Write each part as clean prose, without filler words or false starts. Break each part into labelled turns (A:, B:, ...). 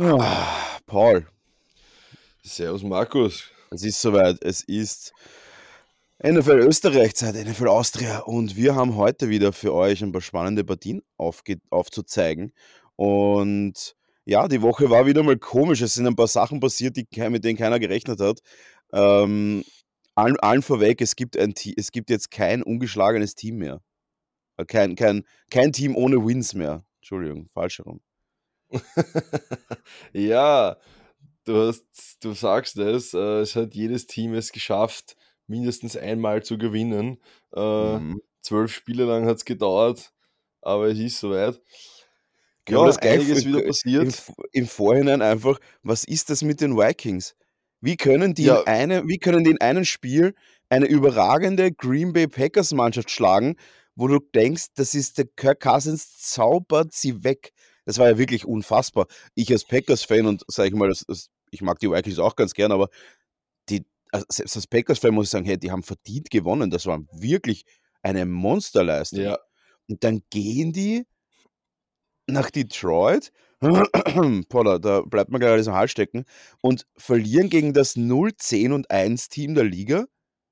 A: Paul,
B: Servus Markus.
A: es ist soweit. Es ist NFL Österreich-Zeit, NFL Austria und wir haben heute wieder für euch ein paar spannende Partien aufzuzeigen. Und ja, die Woche war wieder mal komisch. Es sind ein paar Sachen passiert, mit denen keiner gerechnet hat. Ähm, allen vorweg, es gibt jetzt kein ungeschlagenes Team mehr. Kein Team ohne Wins mehr. Entschuldigung, falsch herum.
B: Ja, du sagst es hat jedes Team es geschafft, mindestens einmal zu gewinnen. Äh,
A: Mhm.
B: 12 Spiele lang hat es gedauert, aber es ist soweit.
A: Können wir
B: Ja,
A: das gleich
B: einiges wieder
A: im,
B: passiert.
A: im Vorhinein einfach, was ist das mit den Vikings?
B: Ja,
A: Wie können die in einem Spiel eine überragende Green Bay Packers Mannschaft schlagen, wo du denkst, das ist der Kirk Cousins zaubert sie weg. Das war ja wirklich unfassbar. Ich als Packers-Fan und sage ich mal, ich mag die Vikings auch ganz gern, aber selbst als Packers-Fan muss ich sagen, hey, die haben verdient gewonnen. Das war wirklich eine Monsterleistung.
B: ja,
A: Und dann gehen die nach Detroit, Poller, da bleibt mir gerade so im Hals stecken, und verlieren gegen das 0-10-1 Team der Liga?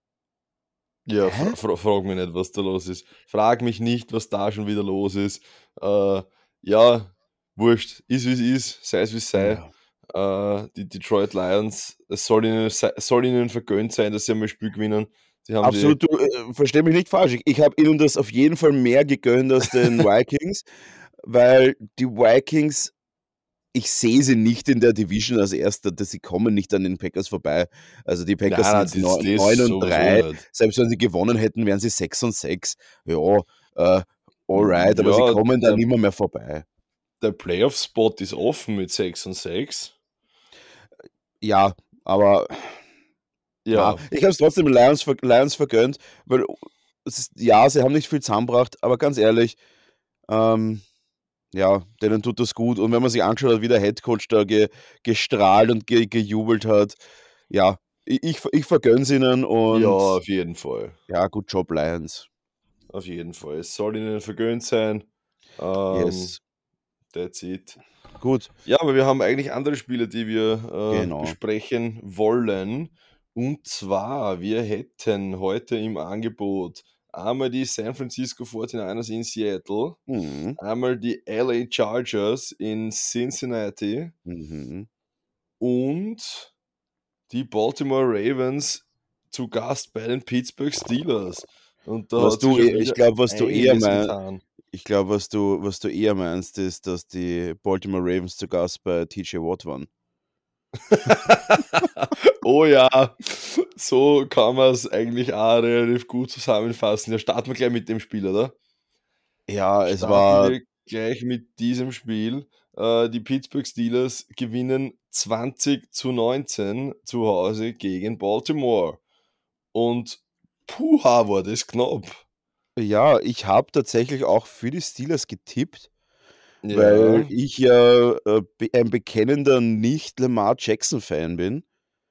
B: ja,
A: Hä?
B: frag mich nicht, was da los ist. Frag mich nicht, was da schon wieder los ist. Ja, wurscht, ist wie es ist, sei es wie es sei.
A: Ja,
B: Die Detroit Lions, soll ihnen vergönnt sein, dass sie einmal ein Spiel gewinnen. Sie haben sie,
A: absolut, du, versteh mich nicht falsch. Ich habe ihnen das auf jeden Fall mehr gegönnt als den Vikings, weil die Vikings, ich sehe sie nicht in der Division als Erster, dass sie kommen nicht an den Packers vorbei. Also die Packers sind
B: nein,
A: jetzt
B: das
A: 9 und
B: sowieso
A: 3.
B: nicht.
A: Selbst wenn sie gewonnen hätten, wären sie 6 und 6. Ja, alright, aber sie
B: Ja,
A: kommen da nimmer mehr vorbei.
B: der Playoff-Spot ist offen mit 6 und 6.
A: Ja, aber
B: Ja,
A: ich habe es trotzdem den Lions vergönnt, weil ja, sie haben nicht viel zusammengebracht, aber ganz ehrlich, ähm, ja, denen tut das gut. Und wenn man sich angeschaut hat, wie der Headcoach da gestrahlt und gejubelt hat, ja, ich vergönne es ihnen
B: ja,
A: und
B: auf jeden Fall.
A: ja, good job, Lions.
B: Auf jeden Fall. Es soll ihnen vergönnt sein. Ähm,
A: Yes.
B: that's it.
A: Gut,
B: Ja, aber wir haben eigentlich andere Spiele, die wir
A: genau.
B: besprechen wollen. Und zwar, wir hätten heute im Angebot einmal die San Francisco 49ers in Seattle,
A: Mhm.
B: einmal die LA Chargers in Cincinnati
A: Mhm.
B: und die Baltimore Ravens zu Gast bei den Pittsburgh Steelers. Und da hat sich schon
A: Ich
B: wieder
A: glaube,
B: einiges getan.
A: was du eher meinst, ist, dass die Baltimore Ravens zu Gast bei TJ Watt waren.
B: Oh ja, so kann man es eigentlich auch relativ gut zusammenfassen. Ja, starten wir gleich mit dem Spiel, oder?
A: Ja, es
B: Starten
A: war
B: wir gleich mit diesem Spiel. Die Pittsburgh Steelers gewinnen 20-19 zu Hause gegen Baltimore. Und puha, war das knapp.
A: Ja, ich habe tatsächlich auch für die Steelers getippt, weil
B: Ja.
A: ich ja ein bekennender Nicht-Lamar Jackson-Fan bin.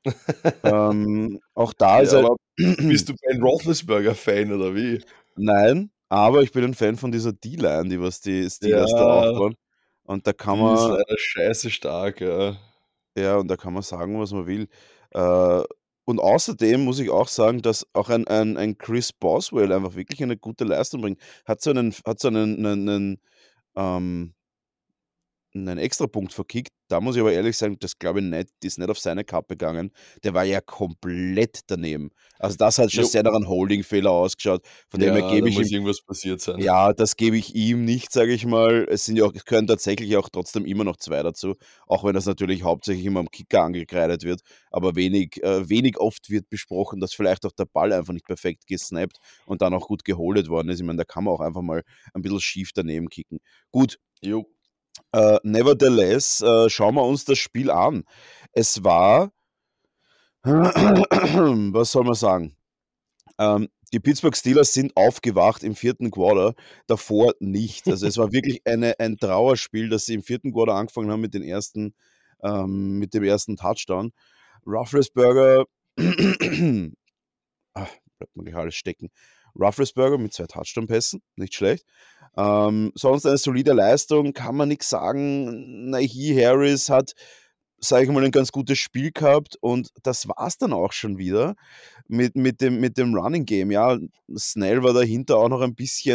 A: Auch da ist
B: Ja,
A: halt
B: aber bist du Ben Roethlisberger-Fan oder wie?
A: nein, aber ich bin ein Fan von dieser D-Line, die was die Steelers da
B: Ja,
A: aufbauen. Und da kann
B: die ist
A: man
B: leider scheiße stark, ja.
A: ja, und da kann man sagen, was man will. Äh, und außerdem muss ich auch sagen, dass auch ein Chris Boswell einfach wirklich eine gute Leistung bringt. Hat so ähm 'nen Extrapunkt verkickt. Da muss ich aber ehrlich sagen, das glaube ich nicht, ist nicht auf seine Kappe gegangen. Der war ja komplett daneben. Also, das hat schon
B: Jo.
A: sehr nach einem Holding-Fehler ausgeschaut. Von dem her
B: Ja, da
A: gebe ich
B: muss
A: ihm
B: irgendwas passiert sein.
A: ja, das gebe ich ihm nicht, sage ich mal. Es gehören tatsächlich auch trotzdem immer noch 2 dazu, auch wenn das natürlich hauptsächlich immer am Kicker angekreidet wird. Aber wenig oft wird besprochen, dass vielleicht auch der Ball einfach nicht perfekt gesnappt und dann auch gut geholdet worden ist. Ich meine, da kann man auch einfach mal ein bisschen schief daneben kicken. Gut,
B: Jo.
A: nevertheless, schauen wir uns das Spiel an. Es war was soll man sagen? Die Pittsburgh Steelers sind aufgewacht im 4. Quarter, davor nicht. Also, es war wirklich ein Trauerspiel, dass sie im 4. Quarter angefangen haben mit dem ersten Touchdown. Roethlisberger bleibt mir gleich alles stecken. Roethlisberger mit 2 Touchdown-Pässen, nicht schlecht. Sonst eine solide Leistung, kann man nix sagen. Najee Harris hat, sage ich mal, ein ganz gutes Spiel gehabt und das war's dann auch schon wieder mit dem Running Game. Ja, Snell war dahinter auch noch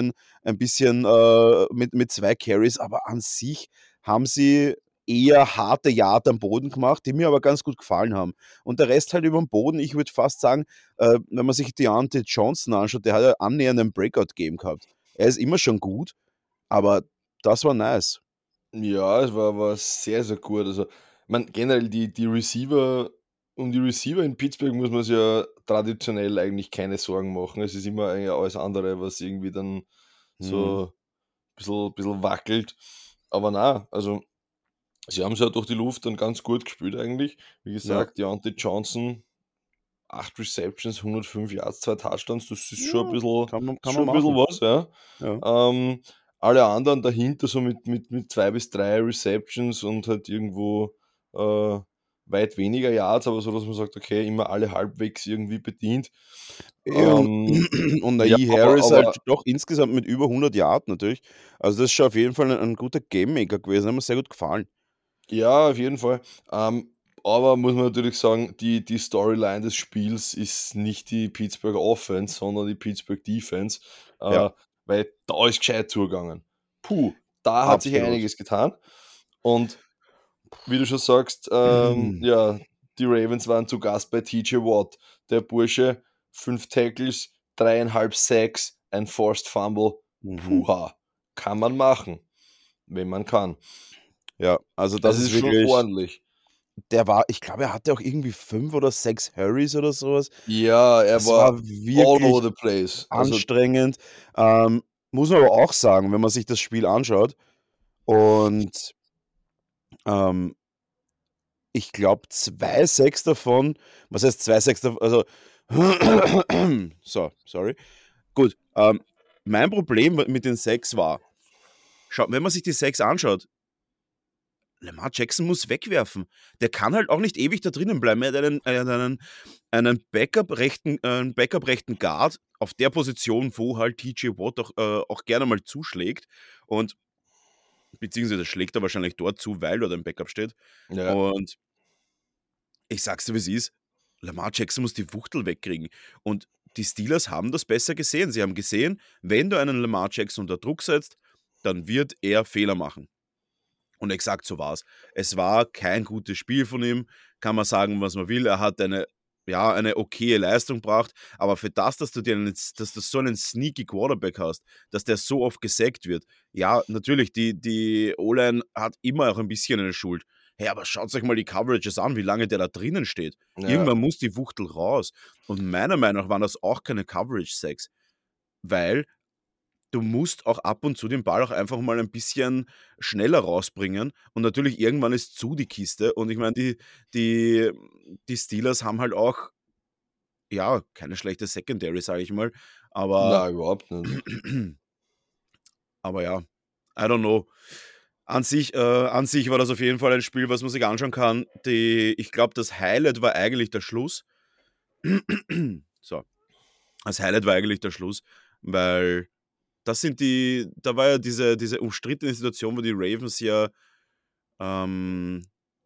A: ein bisschen mit 2 Carries, aber an sich haben sie eher harte Yard am Boden gemacht, die mir aber ganz gut gefallen haben. Und der Rest halt über dem Boden, ich würde fast sagen, wenn man sich Deontay Johnson anschaut, der hat ja annähernd ein Breakout-Game gehabt. Er ist immer schon gut, aber das war nice.
B: Ja, es war sehr, sehr gut. Also, man generell die Receiver die Receiver in Pittsburgh muss man sich ja traditionell eigentlich keine Sorgen machen. Es ist immer eigentlich alles andere, was irgendwie dann
A: Mhm.
B: so bisschen wackelt. Aber na, also, sie haben es ja durch die Luft dann ganz gut gespielt eigentlich. Wie
A: Ja.
B: gesagt, Deontay Johnson, 8 Receptions, 105 Yards, 2 Touchdowns, das ist
A: Ja, kann man
B: schon 'n bisschen
A: machen.
B: was, ja.
A: Ja.
B: Ähm, alle anderen dahinter so mit 2 bis 3 Receptions und halt irgendwo, äh, weit weniger Yards, aber so, dass man sagt: „Okay, immer alle halbwegs irgendwie bedient."
A: Und
B: Ähm,
A: und
B: ja,
A: Najee
B: aber
A: Harris halt
B: aber
A: doch insgesamt mit über 100 Yard natürlich. Also, das ist schon auf jeden Fall ein guter Gamemaker gewesen, hat mir sehr gut gefallen.
B: ja, auf jeden Fall. Aber muss man natürlich sagen, die Storyline des Spiels ist nicht die Pittsburgh Offense, sondern die Pittsburgh Defense,
A: Ja,
B: äh, weil da ist gescheit zugegangen. Puh, da hat sich
A: absolut.
B: einiges getan. Und wie du schon sagst, ja, die Ravens waren zu Gast bei TJ Watt. Der Bursche, 5 Tackles, 3,5 Sacks, ein Forced Fumble.
A: Mhm.
B: Puha, kann man machen, wenn man kann.
A: Ja, also das
B: Also, es
A: ist
B: ist schon
A: wirklich,
B: ordentlich.
A: der war, ich glaube, er hatte auch irgendwie 5 oder 6 Hurries oder so was.
B: Ja, er
A: Das war
B: war all
A: wirklich
B: over the place. Also,
A: anstrengend. Muss man aber auch sagen, wenn man sich das Spiel anschaut und, ähm, ich glaube 2 6 davon, was heißt 2 6 dav also so, sorry. Gut, mein Problem mit den 6 war, schau, wenn man sich die 6 anschaut, Lamar Jackson muss wegwerfen. Der kann halt auch nicht ewig da drinnen bleiben. Er hat einen Backup-rechten Guard auf der Position, wo halt TJ Watt auch gerne mal zuschlägt, und beziehungsweise schlägt er wahrscheinlich dort zu, weil dort ein Backup steht.
B: ja,
A: Und ich sag's dir, wie's ist, Lamar Jackson muss die Wuchtel wegkriegen. Und die Steelers haben das besser gesehen. Sie haben gesehen, wenn du einen Lamar Jackson unter Druck setzt, dann wird er Fehler machen. Und exakt so war's. Es war kein gutes Spiel von ihm, kann man sagen, was man will. Er hat eine okaye Leistung gebracht, aber für das, dass du so einen sneaky Quarterback hast, dass der so oft gesackt wird. Ja, natürlich, die O-Line hat immer auch ein bisschen eine Schuld. Hey, aber schaut euch mal die Coverages an, wie lange der da drinnen steht.
B: ja.
A: Irgendwann muss die Wuchtel raus. Und meiner Meinung nach waren das auch keine Coverage-Sacks, weil du musst auch ab und zu den Ball auch einfach mal ein bisschen schneller rausbringen, und natürlich irgendwann ist zu die Kiste, und ich meine, die die Steelers haben halt auch, ja, keine schlechte Secondary, sage ich mal, aber
B: Na, überhaupt nicht.
A: aber ja, I don't know. An sich war das auf jeden Fall ein Spiel, was man sich anschauen kann. Ich glaube, das Highlight war eigentlich der Schluss. So, das Highlight war eigentlich der Schluss, weil da war ja diese umstrittene Situation, wo die Ravens ja, ähm,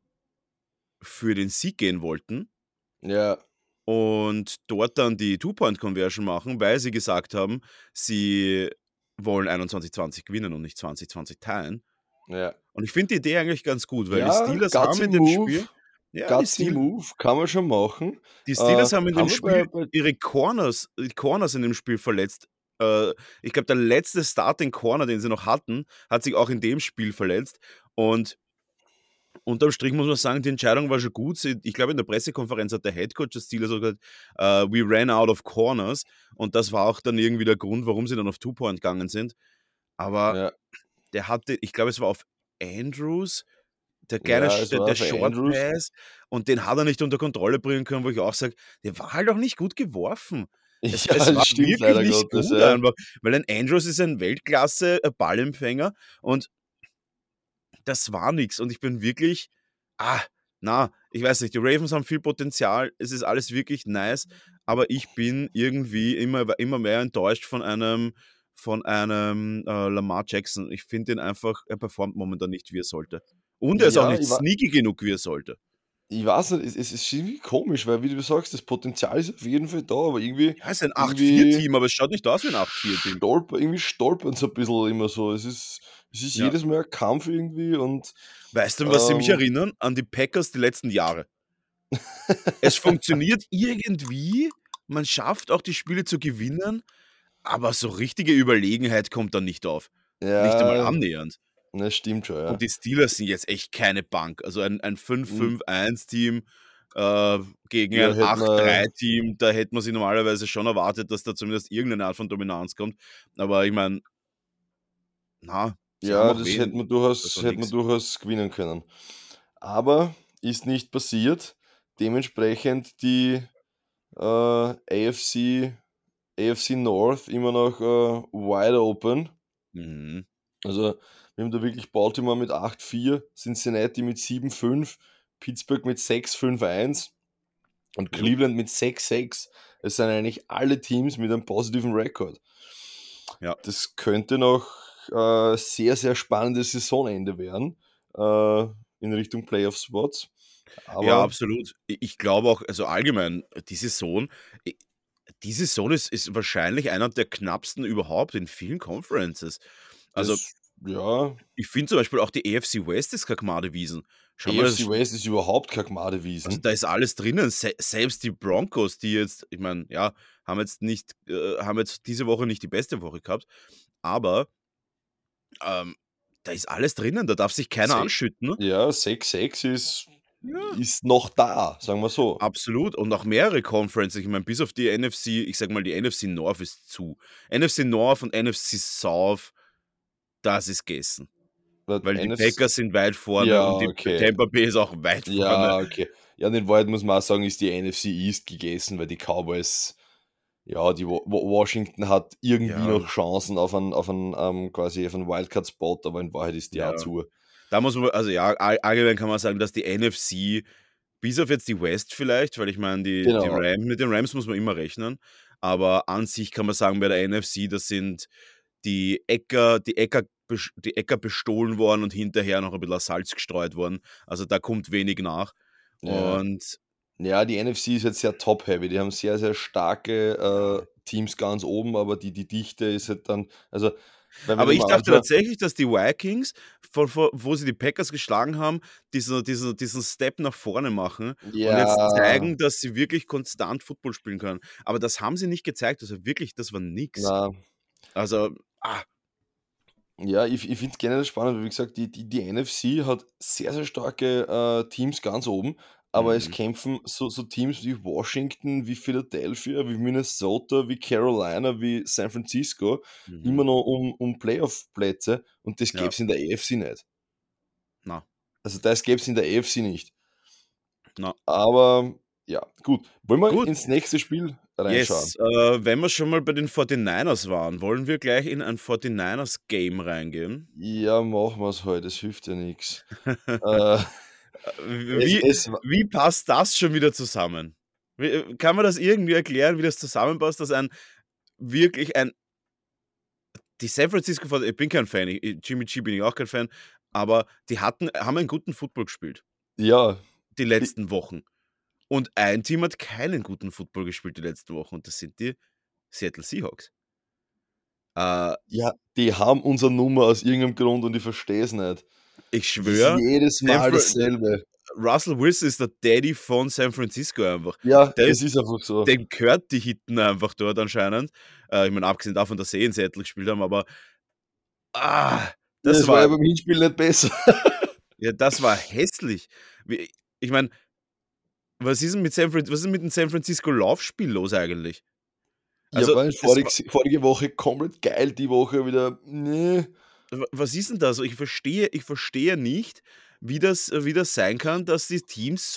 A: für den Sieg gehen wollten
B: Ja,
A: und dort dann die Two-Point-Conversion machen, weil sie gesagt haben, sie wollen 21-20 gewinnen und nicht 20-20 teilen.
B: ja.
A: Und ich finde die Idee eigentlich ganz gut, weil die
B: Ja,
A: Steelers haben in dem Spiel ja,
B: Gutsy Move, kann man schon machen.
A: Die Steelers haben in dem
B: Haben wir
A: Spiel
B: bei
A: ihre Corners in dem Spiel verletzt. Ich glaube, der letzte Starting Corner, den sie noch hatten, hat sich auch in dem Spiel verletzt. Und unterm Strich muss man sagen, die Entscheidung war schon gut. Ich glaube, in der Pressekonferenz hat der Headcoach des Steelers so gesagt, „We ran out of corners." Und das war auch dann irgendwie der Grund, warum sie dann auf Two-Point gegangen sind. Aber
B: ja,
A: ich glaube, es war auf Andrews,
B: ja, es war
A: der
B: für
A: Short
B: Andrews.
A: Pass, und den hat er nicht unter Kontrolle bringen können, wo ich auch sage, der war halt auch nicht gut geworfen.
B: Ja,
A: Es war
B: das stimmt
A: wirklich
B: leider
A: nicht
B: Gottes,
A: gut
B: ja.
A: einfach, weil ein Andrews ist ein Weltklasse, Ballempfänger, und das war nix. Und ich bin wirklich, ah, ich weiß nicht, die Ravens haben viel Potenzial, es ist alles wirklich nice, aber ich bin irgendwie immer mehr enttäuscht von einem Lamar Jackson. Ich finde ihn einfach, er performt momentan nicht, wie er sollte. Und er ist auch
B: Ja,
A: nicht sneaky genug, wie er sollte.
B: ich weiß nicht, es ist irgendwie komisch, weil wie du sagst, das Potenzial ist auf jeden Fall da, aber irgendwie
A: Ja, es ist ein
B: irgendwie
A: 8-4-Team, aber es schaut nicht aus wie ein 8-4-Team.
B: stolpern sie ein bisschen immer so. Es ist
A: Ja.
B: jedes Mal ein Kampf irgendwie und,
A: Weißt du, an was sie mich
B: ähm
A: erinnern? An die Packers die letzten Jahre. Es funktioniert irgendwie, man schafft auch die Spiele zu gewinnen, aber so richtige Überlegenheit kommt dann nicht auf. Nicht einmal
B: ja,
A: annähernd.
B: das stimmt schon,
A: Und
B: ja.
A: die Steelers sind jetzt echt keine Bank. Also ein
B: Hm,
A: 5-5-1-Team äh, gegen
B: ja,
A: ein
B: hätte man
A: 8-3-Team, da hätte man sich normalerweise schon erwartet, dass da zumindest irgendeine Art von Dominanz kommt. Aber ich meine, na, sie haben
B: ja,
A: auch
B: das hätte
A: wen.
B: man
A: Das
B: durchaus
A: war
B: hätte man
A: nix.
B: durchaus gewinnen können. Aber ist nicht passiert. Dementsprechend die, AFC North immer noch, wide open.
A: Mhm.
B: Also, wir haben da wirklich Baltimore mit 8-4, Cincinnati mit 7-5, Pittsburgh mit 6-5-1 und
A: Jo.
B: Cleveland mit 6-6. Es sind eigentlich alle Teams mit einem positiven Rekord.
A: Ja.
B: Das könnte noch, sehr, sehr spannendes Saisonende werden, in Richtung Playoff-Spots.
A: Ja,
B: Aber
A: absolut. Ich glaube auch, also allgemein, i die Saison ist wahrscheinlich einer der knappsten überhaupt in vielen Conferences. Also,
B: das, ja,
A: ich finde zum Beispiel auch die AFC West ist keine Gmadewiesen. Schau mal,
B: AFC West ist überhaupt kein
A: also,
B: Gmadewiesen.
A: da ist alles drinnen. Selbst die Broncos, die jetzt, ich meine, ja, haben jetzt diese Woche nicht die beste Woche gehabt, aber, ähm, da ist alles drinnen, da darf sich keiner
B: Se
A: anschütten, ne?
B: Ja, 6-6 ist
A: Ja.
B: noch da, sagen wir so.
A: Absolut und auch mehrere Conferences. Ich meine, bis auf die NFC, ich sage mal, die NFC North ist zu. NFC North und NFC South, das ist gegessen.
B: Weil
A: Weil die
B: NFC,
A: Packers sind weit vorne
B: ja,
A: und die
B: okay.
A: Tampa Bay ist auch weit vorne.
B: Ja, okay. Ja, und in Wahrheit muss man auch sagen, ist die NFC East gegessen, weil die Cowboys, ja, die Washington hat irgendwie
A: Ja,
B: noch Chancen auf einen quasi auf einen Wildcard-Spot, aber in Wahrheit ist die auch
A: ja.
B: zu.
A: Da muss man, also ja, allgemein kann man sagen, dass die NFC, bis auf jetzt die West vielleicht, weil ich meine, die
B: Genau.
A: Rams, mit den Rams muss man immer rechnen, aber an sich kann man sagen, bei der NFC, das sind die Äcker bestohlen worden und hinterher noch ein bisschen Salz gestreut worden. Also da kommt wenig nach.
B: Ja.
A: Und
B: Ja, die NFC ist jetzt sehr top-heavy. Die haben sehr, sehr starke,
A: ja.
B: Teams ganz oben, aber die Dichte ist halt dann, also, weil wenn
A: Aber
B: ich
A: ich
B: mir
A: dachte
B: anschaue,
A: tatsächlich, dass die Vikings, wo sie die Packers geschlagen haben, diesen Step nach vorne machen und jetzt
B: ja,
A: zeigen, dass sie wirklich konstant Football spielen können. Aber das haben sie nicht gezeigt. Also wirklich, das war nix.
B: na,
A: Also, ah,
B: ja, ich finde es generell spannend, weil wie gesagt, die NFC hat sehr, sehr starke, Teams ganz oben, aber es
A: mhm,
B: kämpfen so Teams wie Washington, wie Philadelphia, wie Minnesota, wie Carolina, wie San Francisco
A: mhm,
B: immer noch um Playoff-Plätze und das
A: ja,
B: gäbe es in der AFC nicht.
A: na,
B: Also, das gäbe es in der AFC nicht.
A: na.
B: Aber ja, gut. Wollen wir
A: Gut,
B: ins nächste Spiel reinschauen?
A: yes. Wenn wir schon mal bei den 49ers waren, wollen wir gleich in ein 49ers-Game reingehen?
B: Ja, machen wir's halt, es hilft ja nix. Äh, es
A: Wie
B: es wa
A: wie passt das schon wieder zusammen? Kann man das irgendwie erklären, wie das zusammenpasst, dass wirklich ein die San Francisco 49, ich bin kein Fan, Jimmy G bin ich auch kein Fan, aber die haben einen guten Football gespielt,
B: ja,
A: die
B: die
A: letzten Wochen. Und ein Team hat keinen guten Football gespielt die letzten Wochen und das sind die Seattle Seahawks. Äh,
B: Ja, die haben unsere Nummer aus irgendeinem Grund und ich verstehe es nicht.
A: Ich
B: Das ist
A: schwöre,
B: jedes Mal dasselbe.
A: Russell Wilson ist der Daddy von San Francisco einfach.
B: Ja,
A: Der
B: es
A: ist
B: ist einfach so.
A: Dem gehört die Hitten einfach dort anscheinend. Ich meine, abgesehen davon, dass sie in Seattle gespielt haben, aber, ah,
B: Ja,
A: das
B: es war ja
A: war
B: beim Hinspiel nicht besser.
A: ja, das war hässlich. Wie Ich meine, was ist mit dem San Francisco Laufspiel los eigentlich?
B: Ja,
A: Also,
B: war
A: das war
B: vorige Woche komplett geil, die Woche wieder, ne.
A: was ist denn das? Ich verstehe nicht, wie das sein kann, dass die Teams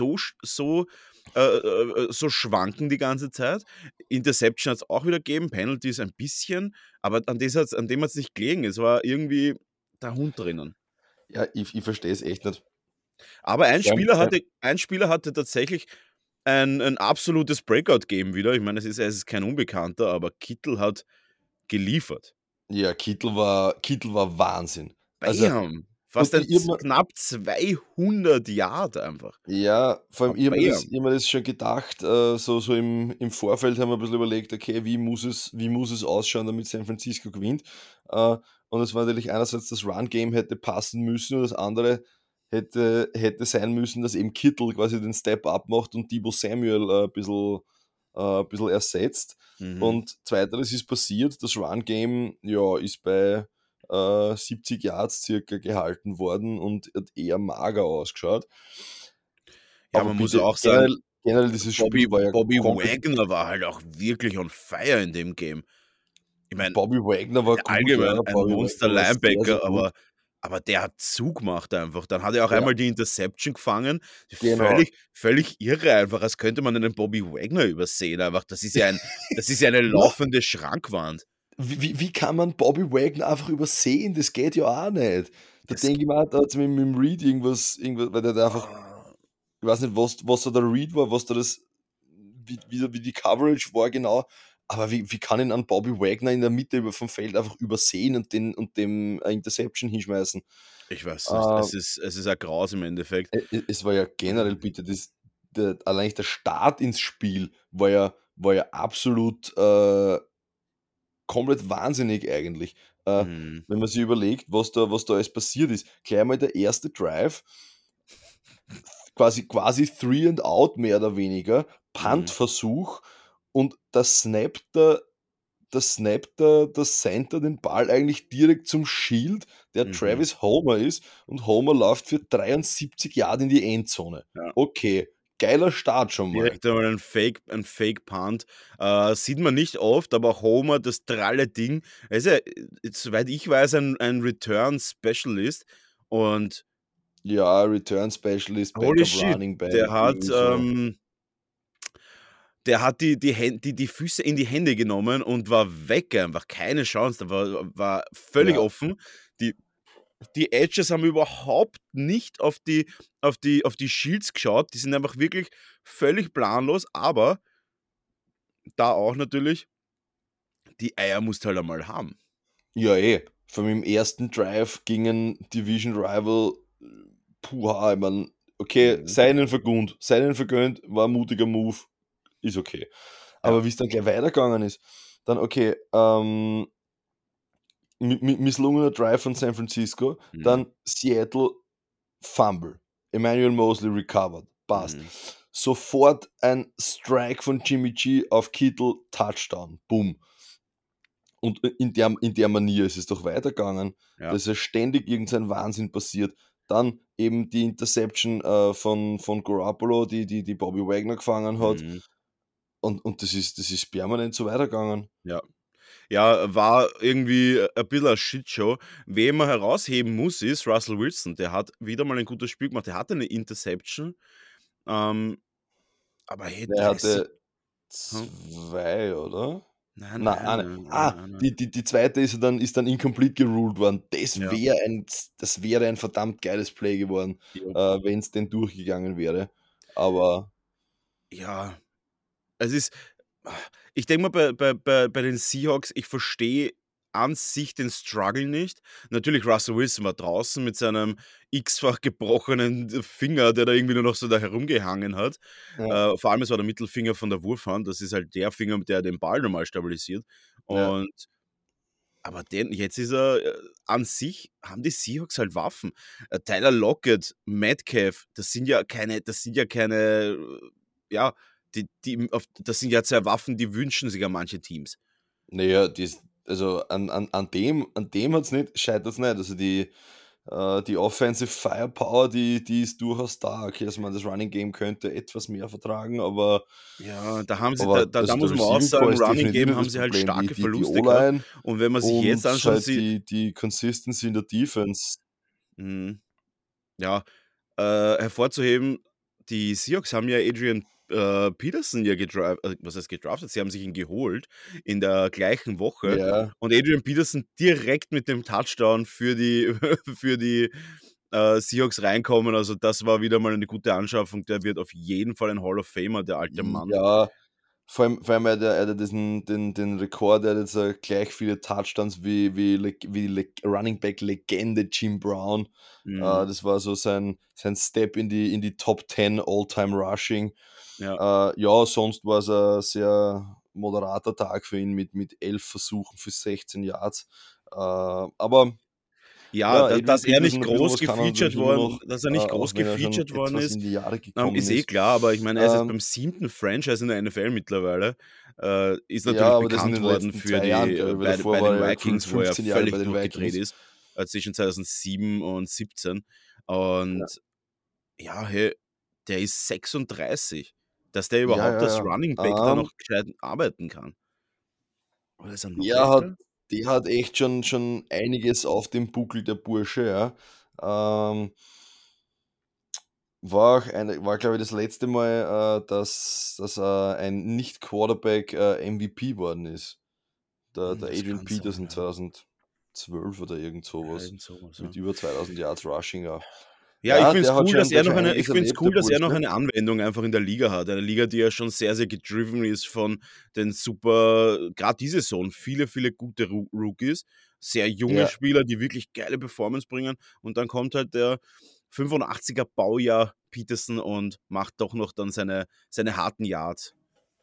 A: so schwanken die ganze Zeit. Interception hat's auch wieder gegeben, Penalties ein bisschen, aber an dem hat's nicht gelegen. Es war irgendwie der Hund drinnen.
B: Ja, ich verstehe es echt nicht.
A: Aber
B: Vor allem
A: ein Spieler hatte tatsächlich ein absolutes Breakout-Game wieder. Ich meine, es ist kein Unbekannter, aber Kittel hat geliefert.
B: Ja, Kittel war Wahnsinn. Also,
A: Bam! Fast
B: und
A: ein
B: ich habe
A: z
B: mir
A: knapp 200 Yard einfach.
B: ja, vor allem,
A: Bam!
B: ich habe mir das schon gedacht, so im Vorfeld haben wir 'n bisschen überlegt: „Okay, wie muss es ausschauen, damit San Francisco gewinnt?“ Äh, und es war natürlich einerseits das Run-Game hätte passen müssen und das andere hätte sein müssen, dass eben Kittel quasi den Step Up macht und Deebo Samuel, bisschen ersetzt.
A: Mhm.
B: Und Zweiteres ist passiert. Das Run-Game, ja, ist bei, 70 Yards circa gehalten worden und hat eher mager ausgeschaut.
A: Ja,
B: Aber
A: man muss
B: bitte,
A: auch sagen,
B: generell dieses
A: Bobby
B: Spiel war ja
A: Bobby
B: komplett
A: Wagner war halt auch wirklich on fire in dem Game. Ich meine,
B: Bobby Wagner war gut,
A: allgemein
B: ja.
A: ein
B: Bobby Wagner war sehr, sehr
A: Monster-Linebacker,
B: gut.
A: aber der hat zugemacht einfach. Dann hat er auch
B: Ja,
A: einmal die Interception gefangen.
B: genau.
A: Völlig irre einfach, als könnte man einen Bobby Wagner übersehen einfach. Das ist ja eine
B: Ja,
A: laufende Schrankwand.
B: wie kann man Bobby Wagner einfach übersehen? Das geht ja auch nicht. Da
A: Das
B: denke ich mir auch, da hat's mit dem Reed irgendwas, weil der da einfach,
A: ah,
B: ich weiß nicht, was da der Read war, was da das wie die Coverage war genau, aber wie kann ihn an Bobby Wagner in der Mitte vom Feld einfach übersehen und dem eine Interception hinschmeißen?
A: ich weiß nicht.
B: Äh
A: Es ist ein Graus im Endeffekt.
B: Es war ja generell bitte allein der Start ins Spiel war ja absolut, komplett wahnsinnig eigentlich.
A: Mhm,
B: Wenn man sich überlegt, was da alles passiert ist. Gleich mal der erste Drive, quasi Three and Out mehr oder weniger,
A: mhm,
B: Punt-Versuch und da snappt der Center den Ball eigentlich direkt zum Shield, der
A: mhm.
B: Travis Homer ist, und Homer läuft für 73 Yard in die Endzone.
A: Ja.
B: Okay, geiler Start schon mal.
A: Direkt einmal ein Fake Punt. Sieht man nicht oft, aber Homer, das dralle Ding, er ist ja, soweit ich weiß, ein Return Specialist und
B: Ja, Return Specialist,
A: holy
B: Backup
A: shit,
B: Running Back,
A: der hat,
B: irgendwie so.
A: der hat die Füße in die Hände genommen und war weg einfach, keine Chance, da war völlig
B: Ja,
A: offen. Die die Edges haben überhaupt nicht auf die Shields geschaut. Die sind einfach wirklich völlig planlos, aber da auch natürlich, die Eier musst du halt einmal haben.
B: ja eh. Vor allem im ersten Drive gegen Division Rival, puha, ich meine, okay,
A: Mhm,
B: sei ihnen vergönnt, war 'n mutiger Move, ist okay.
A: ja.
B: Aber wie's dann gleich weitergegangen ist, dann okay, misslungener Drive von San Francisco,
A: Mhm,
B: dann Seattle Fumble, Emmanuel Mosley recovered, passt.
A: mhm,
B: Sofort ein Strike von Jimmy G auf Kittel, Touchdown, Bumm. Und in der Manier ist es doch weitergegangen. Da
A: ja.
B: ist ja ständig irgend so 'n Wahnsinn passiert. Dann eben die Interception, von Garoppolo, die Bobby Wagner gefangen hat,
A: Mhm,
B: und das ist permanent so weitergegangen.
A: ja. Ja, war irgendwie ein bisschen 'ne Shitshow. Wen man herausheben muss, ist Russell Wilson. Der hat wieder mal ein gutes Spiel gemacht. Der hatte 'ne Interception, ähm, aber hey,
B: Der
A: 30
B: hatte
A: hm?
B: 2, oder?
A: Nein,
B: Na,
A: nein,
B: eine.
A: nein, nein,
B: Ah,
A: nein, nein.
B: die zweite ist dann incomplete geruled worden.
A: Ja,
B: Das wäre ein verdammt geiles Play geworden,
A: ja.
B: wenn's denn durchgegangen wäre. Aber
A: Ja, es ist ich denke mal, bei den Seahawks, ich verstehe an sich den Struggle nicht. Natürlich, Russell Wilson war draußen mit seinem x-fach gebrochenen Finger, der da irgendwie nur noch so da herumgehangen hat.
B: ja,
A: Vor allem, es war der Mittelfinger von der Wurfhand. Das ist halt der Finger, der den Ball normal stabilisiert.
B: ja.
A: Und aber den jetzt ist er an sich haben die Seahawks halt Waffen. Tyler Lockett, Metcalf, das sind ja keine, ja, das sind ja 2 Waffen, die wünschen sich ja manche Teams.
B: Na ja, also an dem scheitert's nicht. Also die Offensive Firepower, die ist durchaus da. Okay, dass man das Running Game könnte etwas mehr vertragen, aber
A: Ja, da haben sie da
B: also
A: muss
B: der
A: man auch
B: Receiving Core
A: sagen,
B: ist
A: Running
B: definitiv
A: Game
B: nicht
A: haben
B: das
A: sie halt
B: Problem. Die
A: starke
B: die die
A: Verluste gehabt.
B: O-Line
A: Und wenn man sich
B: und
A: jetzt anschaut,
B: halt
A: sie
B: die Consistency in der Defense.
A: mhm. Ja, hervorzuheben, die Seahawks haben ja Adrian, Peterson ja was heißt gedraftet? Sie haben sich ihn geholt in der gleichen Woche
B: Ja,
A: und Adrian Peterson direkt mit dem Touchdown für die für die, Seahawks reinkommen. Also, das war wieder mal eine gute Anschaffung. Der wird auf jeden Fall ein Hall of Famer, der alte Mann.
B: ja. vor allem er hat den Rekord, er hat jetzt gleich viele Touchdowns wie Running Back Legende Jim Brown.
A: Mhm.
B: Das war so sein Step in die Top 10 All-Time Rushing.
A: Ja.
B: Ja, sonst war es ein sehr moderater Tag für ihn mit 11 Versuchen für 16 Yards. Aber
A: Ja,
B: ja,
A: da
B: Adrian
A: dass er
B: Peterson,
A: nicht
B: ein bisschen
A: groß
B: was kann er
A: gefeatured
B: natürlich immer
A: worden
B: noch,
A: dass er nicht groß
B: auch wenn er schon
A: gefeatured worden
B: etwas in
A: ist,
B: die Jahre gekommen
A: ist eh
B: ist.
A: klar, aber ich meine, er ist jetzt
B: Ähm,
A: beim 7. Franchise in der NFL mittlerweile, ist
B: ja,
A: natürlich
B: aber das in
A: bekannt
B: den
A: worden
B: letzten
A: für
B: 2 Jahren,
A: die
B: glaube ich, weil davor
A: bei
B: war
A: den
B: er ja gefühlt
A: Vikings, wo er
B: 15 Jahre bei
A: völlig
B: den
A: durchgedreht
B: Vikings.
A: ist, zwischen 2007 und 17.
B: Ja.
A: Und ja, hey, der ist 36. Dass der
B: Ja,
A: überhaupt als
B: ja,
A: Running Back
B: ja.
A: da noch gescheit arbeiten kann. Oder ist er noch
B: Der hat
A: älter?
B: der hat echt schon einiges auf dem Buckel, der Bursche, ja. Ähm, war, glaube ich, das letzte Mal, dass ein Nicht-Quarterback, MVP worden ist. Der
A: Das
B: Adrian
A: kann sein,
B: Peterson
A: ja.
B: 2012 oder irgend
A: Ja,
B: sowas
A: irgend so was,
B: mit
A: ja.
B: über 2000 Yards Rushing auch.
A: Ja,
B: Ja, der hat schon der hat schon
A: ich
B: einiges
A: finde es
B: erlebt, der
A: cool, dass er noch
B: Bursche.
A: eine Anwendung einfach in der Liga hat. Eine Liga, die ja schon sehr, sehr gedriven ist von den super gerade diese Saison, viele, viele gute Rookies, sehr junge
B: Ja,
A: Spieler, die wirklich geile Performance bringen und dann kommt halt der 85er Baujahr Peterson und macht doch noch dann seine harten Yards.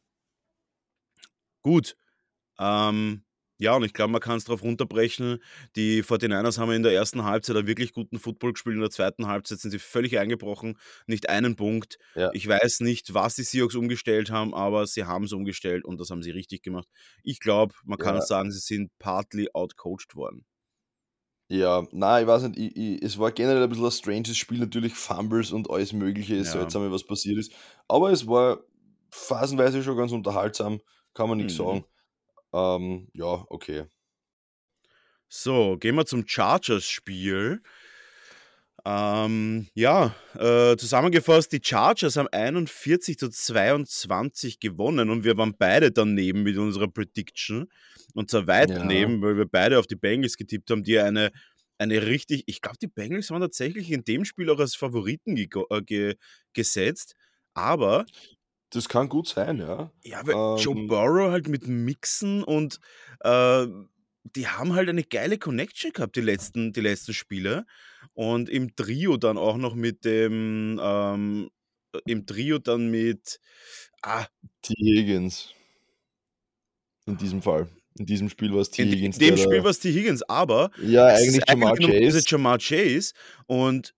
A: Gut, ja, und ich glaube, man kann es darauf runterbrechen. Die 49ers haben in der ersten Halbzeit einen wirklich guten Football gespielt. In der zweiten Halbzeit sind sie völlig eingebrochen, nicht einen Punkt.
B: ja,
A: Ich weiß nicht, was die Seahawks umgestellt haben, aber sie haben es umgestellt und das haben sie richtig gemacht. Ich glaube, man kann
B: ja.
A: sagen, sie sind partly outcoached worden.
B: Ja, nein, ich weiß nicht, es war generell ein bisschen ein stranges Spiel, natürlich Fumbles und alles Mögliche, ist
A: Ja.
B: Seltsame, was passiert ist. Aber es war phasenweise schon ganz unterhaltsam, kann man nix
A: Mhm.
B: sagen. Ja, okay.
A: So, gehen wir zum Chargers-Spiel. Ja, zusammengefasst, die Chargers haben 41:22 gewonnen und wir waren beide daneben mit unserer Prediction. Und zwar weit
B: Ja,
A: daneben, weil wir beide auf die Bengals getippt haben, die eine richtig ich glaube, die Bengals waren tatsächlich in dem Spiel auch als Favoriten gesetzt. Aber
B: das kann gut sein, ja.
A: ja, weil Joe
B: Ähm,
A: Burrow halt mit Mixen und, äh, die haben halt eine geile Connection gehabt, die letzten Spiele. Und im Trio dann mit ah,
B: T. Higgins in diesem Fall. In diesem Spiel war es T.
A: in
B: Higgins,
A: dem
B: der
A: Spiel
B: da
A: war's T. Higgins, aber
B: ja,
A: es ist
B: eigentlich
A: eigentlich
B: Jamar
A: normalerweise
B: Chase.
A: Jamar Chase und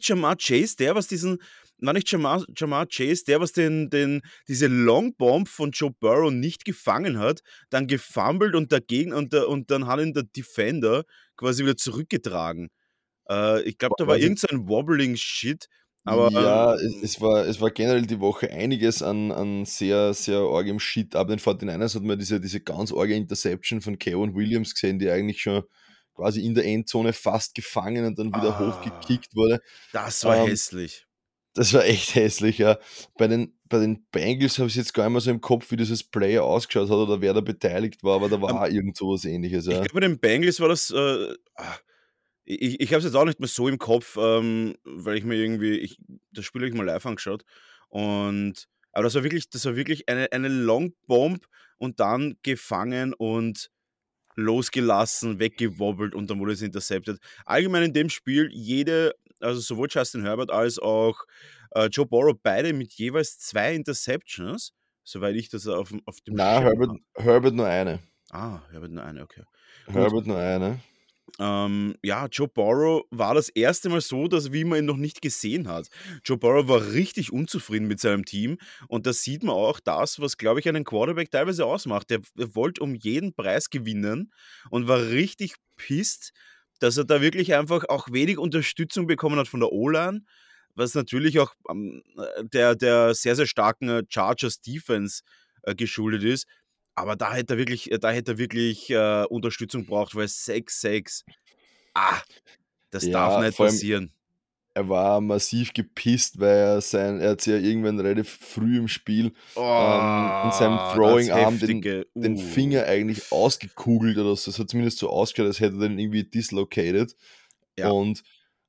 A: war nicht Jamar Chase der, was diese Long Bomb von Joe Burrow nicht gefangen hat, dann gefumbled und dagegen und dann hat ihn der Defender quasi wieder zurückgetragen. Ich glaube,
B: Boah,
A: da
B: ich
A: war
B: weiß nicht.
A: irgend so ein Wobbling Shit, aber,
B: Ja, es war generell die Woche einiges an sehr, sehr argem Shit. Aber den 49ers hat man diese ganz arge Interception von K'Waun Williams gesehen, die eigentlich schon quasi in der Endzone fast gefangen und dann wieder
A: ah,
B: hochgekickt wurde.
A: das war
B: Ähm,
A: hässlich.
B: Das war echt hässlich, ja. Bei den Bengals habe ich jetzt gar nicht mehr so im Kopf, wie dieses Play ausgeschaut hat oder wer da beteiligt war, aber da
A: Ähm,
B: war irgend so was Ähnliches,
A: ich
B: ja.
A: glaube, bei den Bengals war das, ich habe es jetzt auch nicht mehr so im Kopf, weil ich mir irgendwie das Spiel habe ich mal live angeschaut und aber das war wirklich eine Long Bomb und dann gefangen und losgelassen, weggewobbelt und dann wurde es intercepted. Allgemein in dem Spiel also sowohl Justin Herbert als auch, Joe Burrow, beide mit jeweils 2 Interceptions, soweit ich das auf dem
B: Na,
A: Schirm
B: Herbert
A: habe.
B: Herbert nur eine.
A: Herbert nur eine, okay. Gut.
B: Herbert nur eine.
A: Ja, Joe Burrow war das erste Mal so, wie man ihn noch nicht gesehen hat. Joe Burrow war richtig unzufrieden mit seinem Team und da sieht man auch das, was, glaube ich, einen Quarterback teilweise ausmacht. Der wollte um jeden Preis gewinnen und war richtig pissed, dass er da wirklich einfach auch wenig Unterstützung bekommen hat von der O-Line, was natürlich auch der sehr, sehr starken Chargers Defense geschuldet ist. Aber da hätte er wirklich Unterstützung braucht, weil 6-6, ah, das darf
B: Ja,
A: nicht
B: vor allem,
A: passieren.
B: er war massiv gepisst, weil er hat sich ja irgendwann relativ früh im Spiel, in seinem
A: Oh, das
B: Throwing-Arm den
A: heftige,
B: den Finger eigentlich ausgekugelt oder so. Es hat zumindest so ausgeschaut, als hätte er den irgendwie dislocated.
A: Ja,
B: Und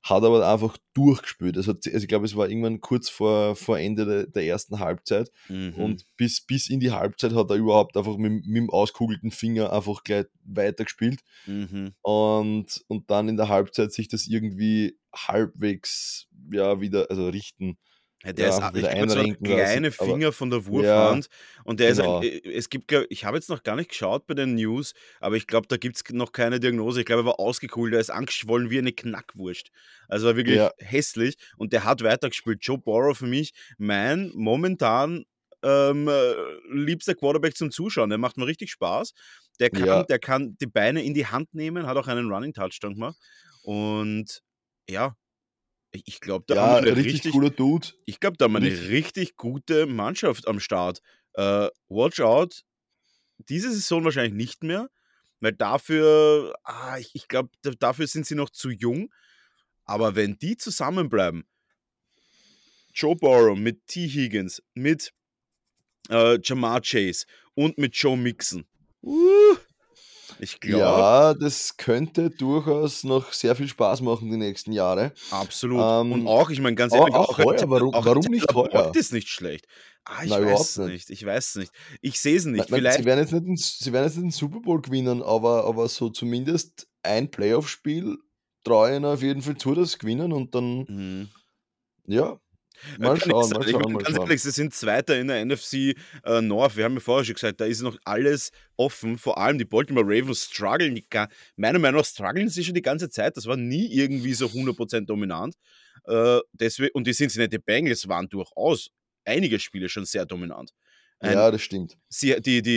B: hat aber einfach durchgespielt. Also ich glaube, es war irgendwann kurz vor Ende der ersten Halbzeit
A: Mhm.
B: und bis in die Halbzeit hat er überhaupt einfach mit dem auskugelten Finger einfach gleich weitergespielt
A: Mhm.
B: und dann in der Halbzeit sich das irgendwie halbwegs, ja, wieder also richten,
A: Ja, der
B: ja,
A: ist,
B: einfach
A: ich
B: wieder
A: glaube, jetzt hat er
B: einrenken lassen,
A: kleine
B: aber
A: Finger von der
B: ja,
A: Wurfhand und der ist
B: genau.
A: es gibt, ich habe jetzt noch gar nicht geschaut bei den News, aber ich glaube, da gibt's noch keine Diagnose. Ich glaube, er war ausgekugelt, der ist angeschwollen wie eine Knackwurst. Also, war wirklich
B: Ja,
A: hässlich und der hat weitergespielt. Joe Burrow für mich mein momentan, liebster Quarterback zum Zuschauen. Der macht mir richtig Spaß.
B: ja,
A: Der kann die Beine in die Hand nehmen, hat auch einen Running Touchdown gemacht und ja, ich glaube, da haben
B: ja,
A: wir 'ne
B: richtig
A: richtig
B: cooler Dude,
A: ich glaube, da haben wir 'ne
B: richtig
A: richtig gute Mannschaft am Start. Watch out, diese Saison wahrscheinlich nicht mehr, weil dafür ich glaube, dafür sind sie noch zu jung, aber wenn die zusammenbleiben, Joe Burrow mit T. Higgins, mit, Ja'Marr Chase und mit Joe Mixon. Uh, ich glaube
B: ja, das könnte durchaus noch sehr viel Spaß machen die nächsten Jahre.
A: absolut. Und
B: Ähm,
A: auch, ich meine, ganz
B: aber
A: ehrlich,
B: auch heuer,
A: Auch ein
B: warum nicht
A: Tyler Boyd
B: heuer?
A: ist nicht schlecht.
B: Na, überhaupt nicht.
A: Ich weiß es nicht. Ich sehe es nicht.
B: Man sie
A: Vielleicht
B: werden jetzt nicht den Super Bowl gewinnen, aber so zumindest ein Playoff-Spiel traue ich ihnen auf jeden Fall zu, dass sie gewinnen und dann,
A: mhm.
B: ja,
A: Kann eh sein.
B: mal
A: Ich
B: schauen,
A: meine,
B: mal
A: ganz
B: schauen.
A: ehrlich, sie sind Zweiter in der NFC, North. Wir haben ja vorher schon gesagt, da ist noch alles offen. Vor allem die Baltimore Ravens struggeln meiner Meinung nach strugglen sie schon die ganze Zeit. Das war nie irgendwie so 100% dominant. Und die Cincinnati Bengals waren durchaus einige Spiele schon sehr dominant. Ein
B: Ja, das stimmt.
A: sie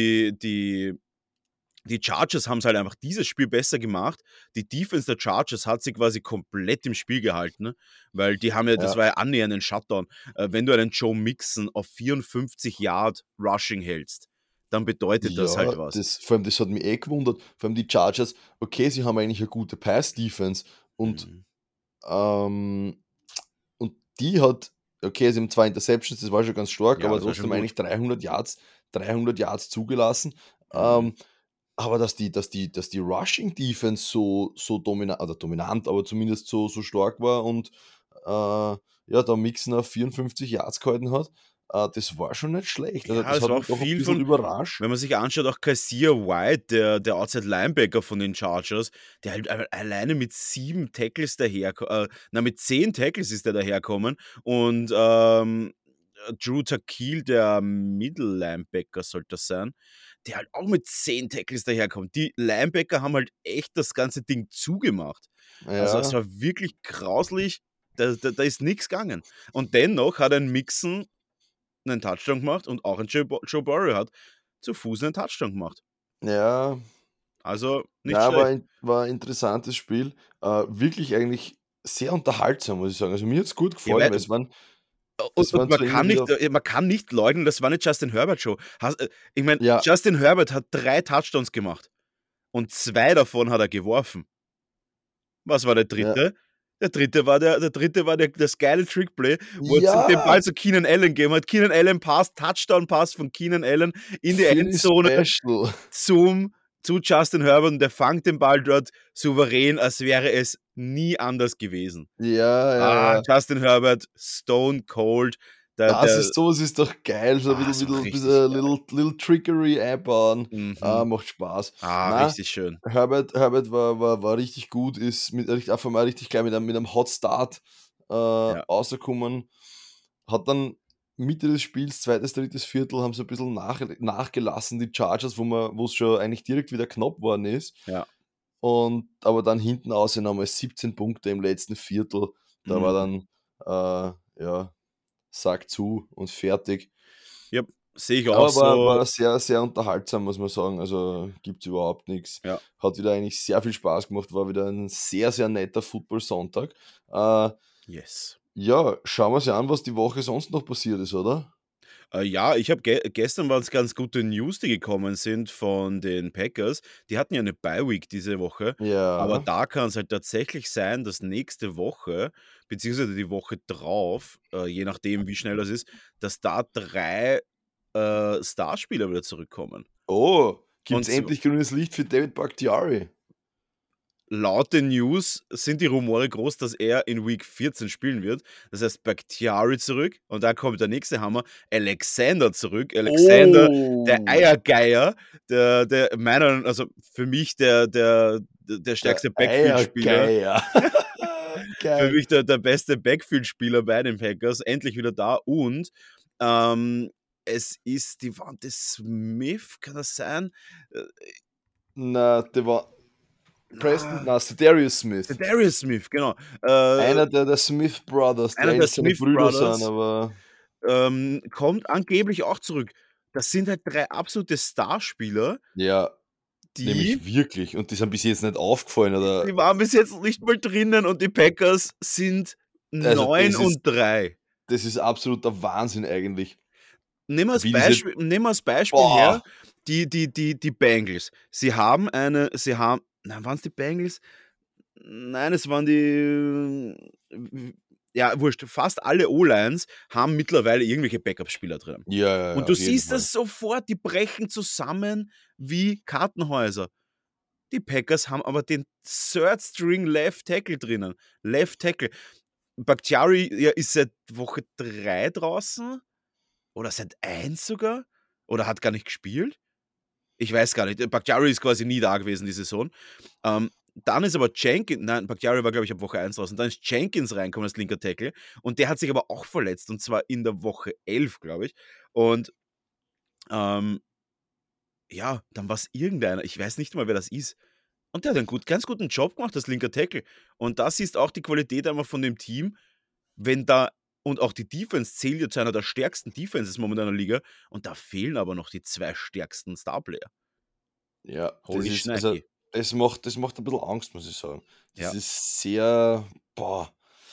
A: die Chargers haben es halt einfach dieses Spiel besser gemacht. Die Defense der Chargers hat sie quasi komplett im Spiel gehalten, ne? Weil die haben ja das
B: Ja.
A: war ja annähernd ein Shutdown. Wenn du einen Joe Mixon auf 54 Yard Rushing hältst, dann bedeutet das
B: Ja,
A: halt was.
B: das vor allem das hat mich eh gewundert. Vor allem die Chargers, okay, sie haben eigentlich 'ne gute Pass-Defense und,
A: Mhm.
B: ähm und die hat okay, sie haben 2 Interceptions, das war schon ganz stark,
A: Ja,
B: aber
A: das war schon
B: trotzdem
A: gut.
B: eigentlich 300 Yards zugelassen.
A: Mhm.
B: Aber dass die Rushing Defense so dominant, aber zumindest so stark war und, ja, da Mixon auf 54 Yards gehalten hat, das war schon nicht schlecht. Also,
A: Ja,
B: das
A: es
B: hat
A: war auch
B: mich doch 'n
A: viel
B: bisschen
A: von
B: überrascht.
A: wenn man sich anschaut, auch Kazir White, der Outside Linebacker von den Chargers, der halt alleine mit 7 Tackles mit 10 Tackles ist der daherkommen und, Drew Takil, der Middle Linebacker sollte das sein, der halt auch mit 10 Tackles daherkommt. Die Linebacker haben halt echt das ganze Ding zugemacht. Also, es
B: Ja,
A: war wirklich grauslich, da ist nix gegangen. Und dennoch hat ein Mixon 'nen Touchdown gemacht und auch ein Joe Burrow hat zu Fuß 'nen Touchdown gemacht.
B: ja,
A: Also, nicht
B: na,
A: schlecht.
B: war ein interessantes Spiel. Wirklich eigentlich sehr unterhaltsam, muss ich sagen. Also, mir hat's gut
A: Ja,
B: gefallen, weil es
A: und
B: waren zwar immer wieder
A: man kann nicht leugnen, das war 'ne Justin Herbert Show. Ich meine,
B: ja,
A: Justin Herbert hat 3 Touchdowns gemacht und 2 davon hat er geworfen. Was war der
B: ja.
A: dritte? Der dritte war das geile Trickplay, wo er den
B: Ja,
A: Ball zu Keenan Allen gegeben hat. Keenan Allen Pass, Touchdown Pass von Keenan Allen in die
B: Philly
A: Endzone.
B: Special.
A: Zum zu Justin Herbert und der fangt den Ball dort souverän, als wäre es nie anders gewesen.
B: Ja, ja, ja.
A: Justin Herbert, stone cold,
B: Das
A: der
B: ist so was ist doch geil, so 'n
A: es war richtig
B: bisschen
A: geil.
B: little Trickery einbauen.
A: Mhm.
B: Macht Spaß. Na,
A: Richtig schön.
B: Herbert war richtig gut, ist mit einfach mal richtig gleich mit einem Hot Start,
A: Ja,
B: rausgekommen. Hat dann Mitte des Spiels, zweites, drittes Viertel haben sie ein bisschen nachgelassen, die Chargers, wo es schon eigentlich direkt wieder knapp worden ist.
A: ja.
B: Und aber dann hinten raus nochmal 17 Punkte im letzten Viertel. Da war
A: Mhm.
B: dann, ja, Sack zu und fertig.
A: Ja, sehe ich auch
B: Aber
A: so.
B: war sehr, sehr unterhaltsam, muss man sagen. Also, gibt's überhaupt nichts.
A: Ja,
B: Hat wieder eigentlich sehr viel Spaß gemacht, war wieder ein sehr, sehr netter Football-Sonntag. Äh,
A: yes.
B: ja, schauen wir uns an, was die Woche sonst noch passiert ist, oder?
A: Ja, ich habe gestern waren's ganz gute News, die gekommen sind von den Packers. Die hatten ja 'ne Bye-Week diese Woche, aber
B: Ja.
A: da kann's halt tatsächlich sein, dass nächste Woche, beziehungsweise die Woche drauf, je nachdem, wie schnell das ist, dass da 3 Starspieler wieder zurückkommen.
B: 'Oh,
A: Und
B: gibt's
A: zw
B: endlich grünes Licht für David Bakhtiari?
A: laut den News sind die Rumore groß, dass er in Week 14 spielen wird. Das heißt, Bakhtiari zurück und da kommt der nächste Hammer. Alexander zurück. Alexander, der
B: Oh,
A: Eiergeier, der meiner, also für mich der
B: der
A: stärkste Backfield-Spieler.
B: Eiergeier.
A: Für
B: Geil.
A: mich der beste Backfield-Spieler bei den Packers. Endlich wieder da. Und ähm, es ist Devonta Smith, kann das sein? Äh,
B: Na, der war Preston,
A: Na,
B: na, Darius Smith.
A: Darius Smith, genau.
B: Einer der Smith Brothers, die
A: Einer der
B: eigentlich seine
A: Smith
B: Brüder sind,
A: Brothers
B: aber
A: kommt angeblich auch zurück. Das sind halt 3 absolute Starspieler,
B: ja,
A: die
B: nämlich wirklich. Und die sind bis jetzt nicht aufgefallen, oder?
A: die waren bis jetzt nicht mal drinnen und die Packers sind
B: Also,
A: 9 und 3.
B: das ist absoluter Wahnsinn eigentlich. Wie diese,
A: Nehmen wir als Beispiel her,
B: boah,
A: die Bengals. Sie haben nein, waren's die Bengals? Nein, es waren ja, wurscht. Fast alle O-Lines haben mittlerweile irgendwelche Backup-Spieler drin.
B: ja, ja, ja,
A: Und du
B: auf jeden
A: siehst
B: Fall.
A: das sofort, die brechen zusammen wie Kartenhäuser. Die Packers haben aber den Third String Left Tackle drinnen. Left Tackle. Bakhtiari, ja, ist seit Woche 3 draußen oder seit 1 sogar oder hat gar nicht gespielt. Ich weiß gar nicht. Bakhtiari ist quasi nie da gewesen die Saison. Dann ist aber Jenkins, nein, Bakhtiari war, glaube ich, ab Woche 1 draußen. Dann ist Jenkins reingekommen als linker Tackle und der hat sich aber auch verletzt und zwar in der Woche 11, glaube ich. Und ähm, ja, dann war es irgendeiner. Ich weiß nicht mal, wer das ist. Und der hat einen ganz guten Job gemacht als linker Tackle. Und das ist auch die Qualität einfach von dem Team, wenn da und auch die Defense zählt ja zu einer der stärksten Defenses momentan in der Liga und da fehlen aber noch die 2 stärksten Starplayer.
B: Ja, das
A: Holy
B: ist, also,
A: Schnecky.
B: das macht ein bisschen Angst, muss ich sagen. Das
A: Ja.
B: ist sehr, boah,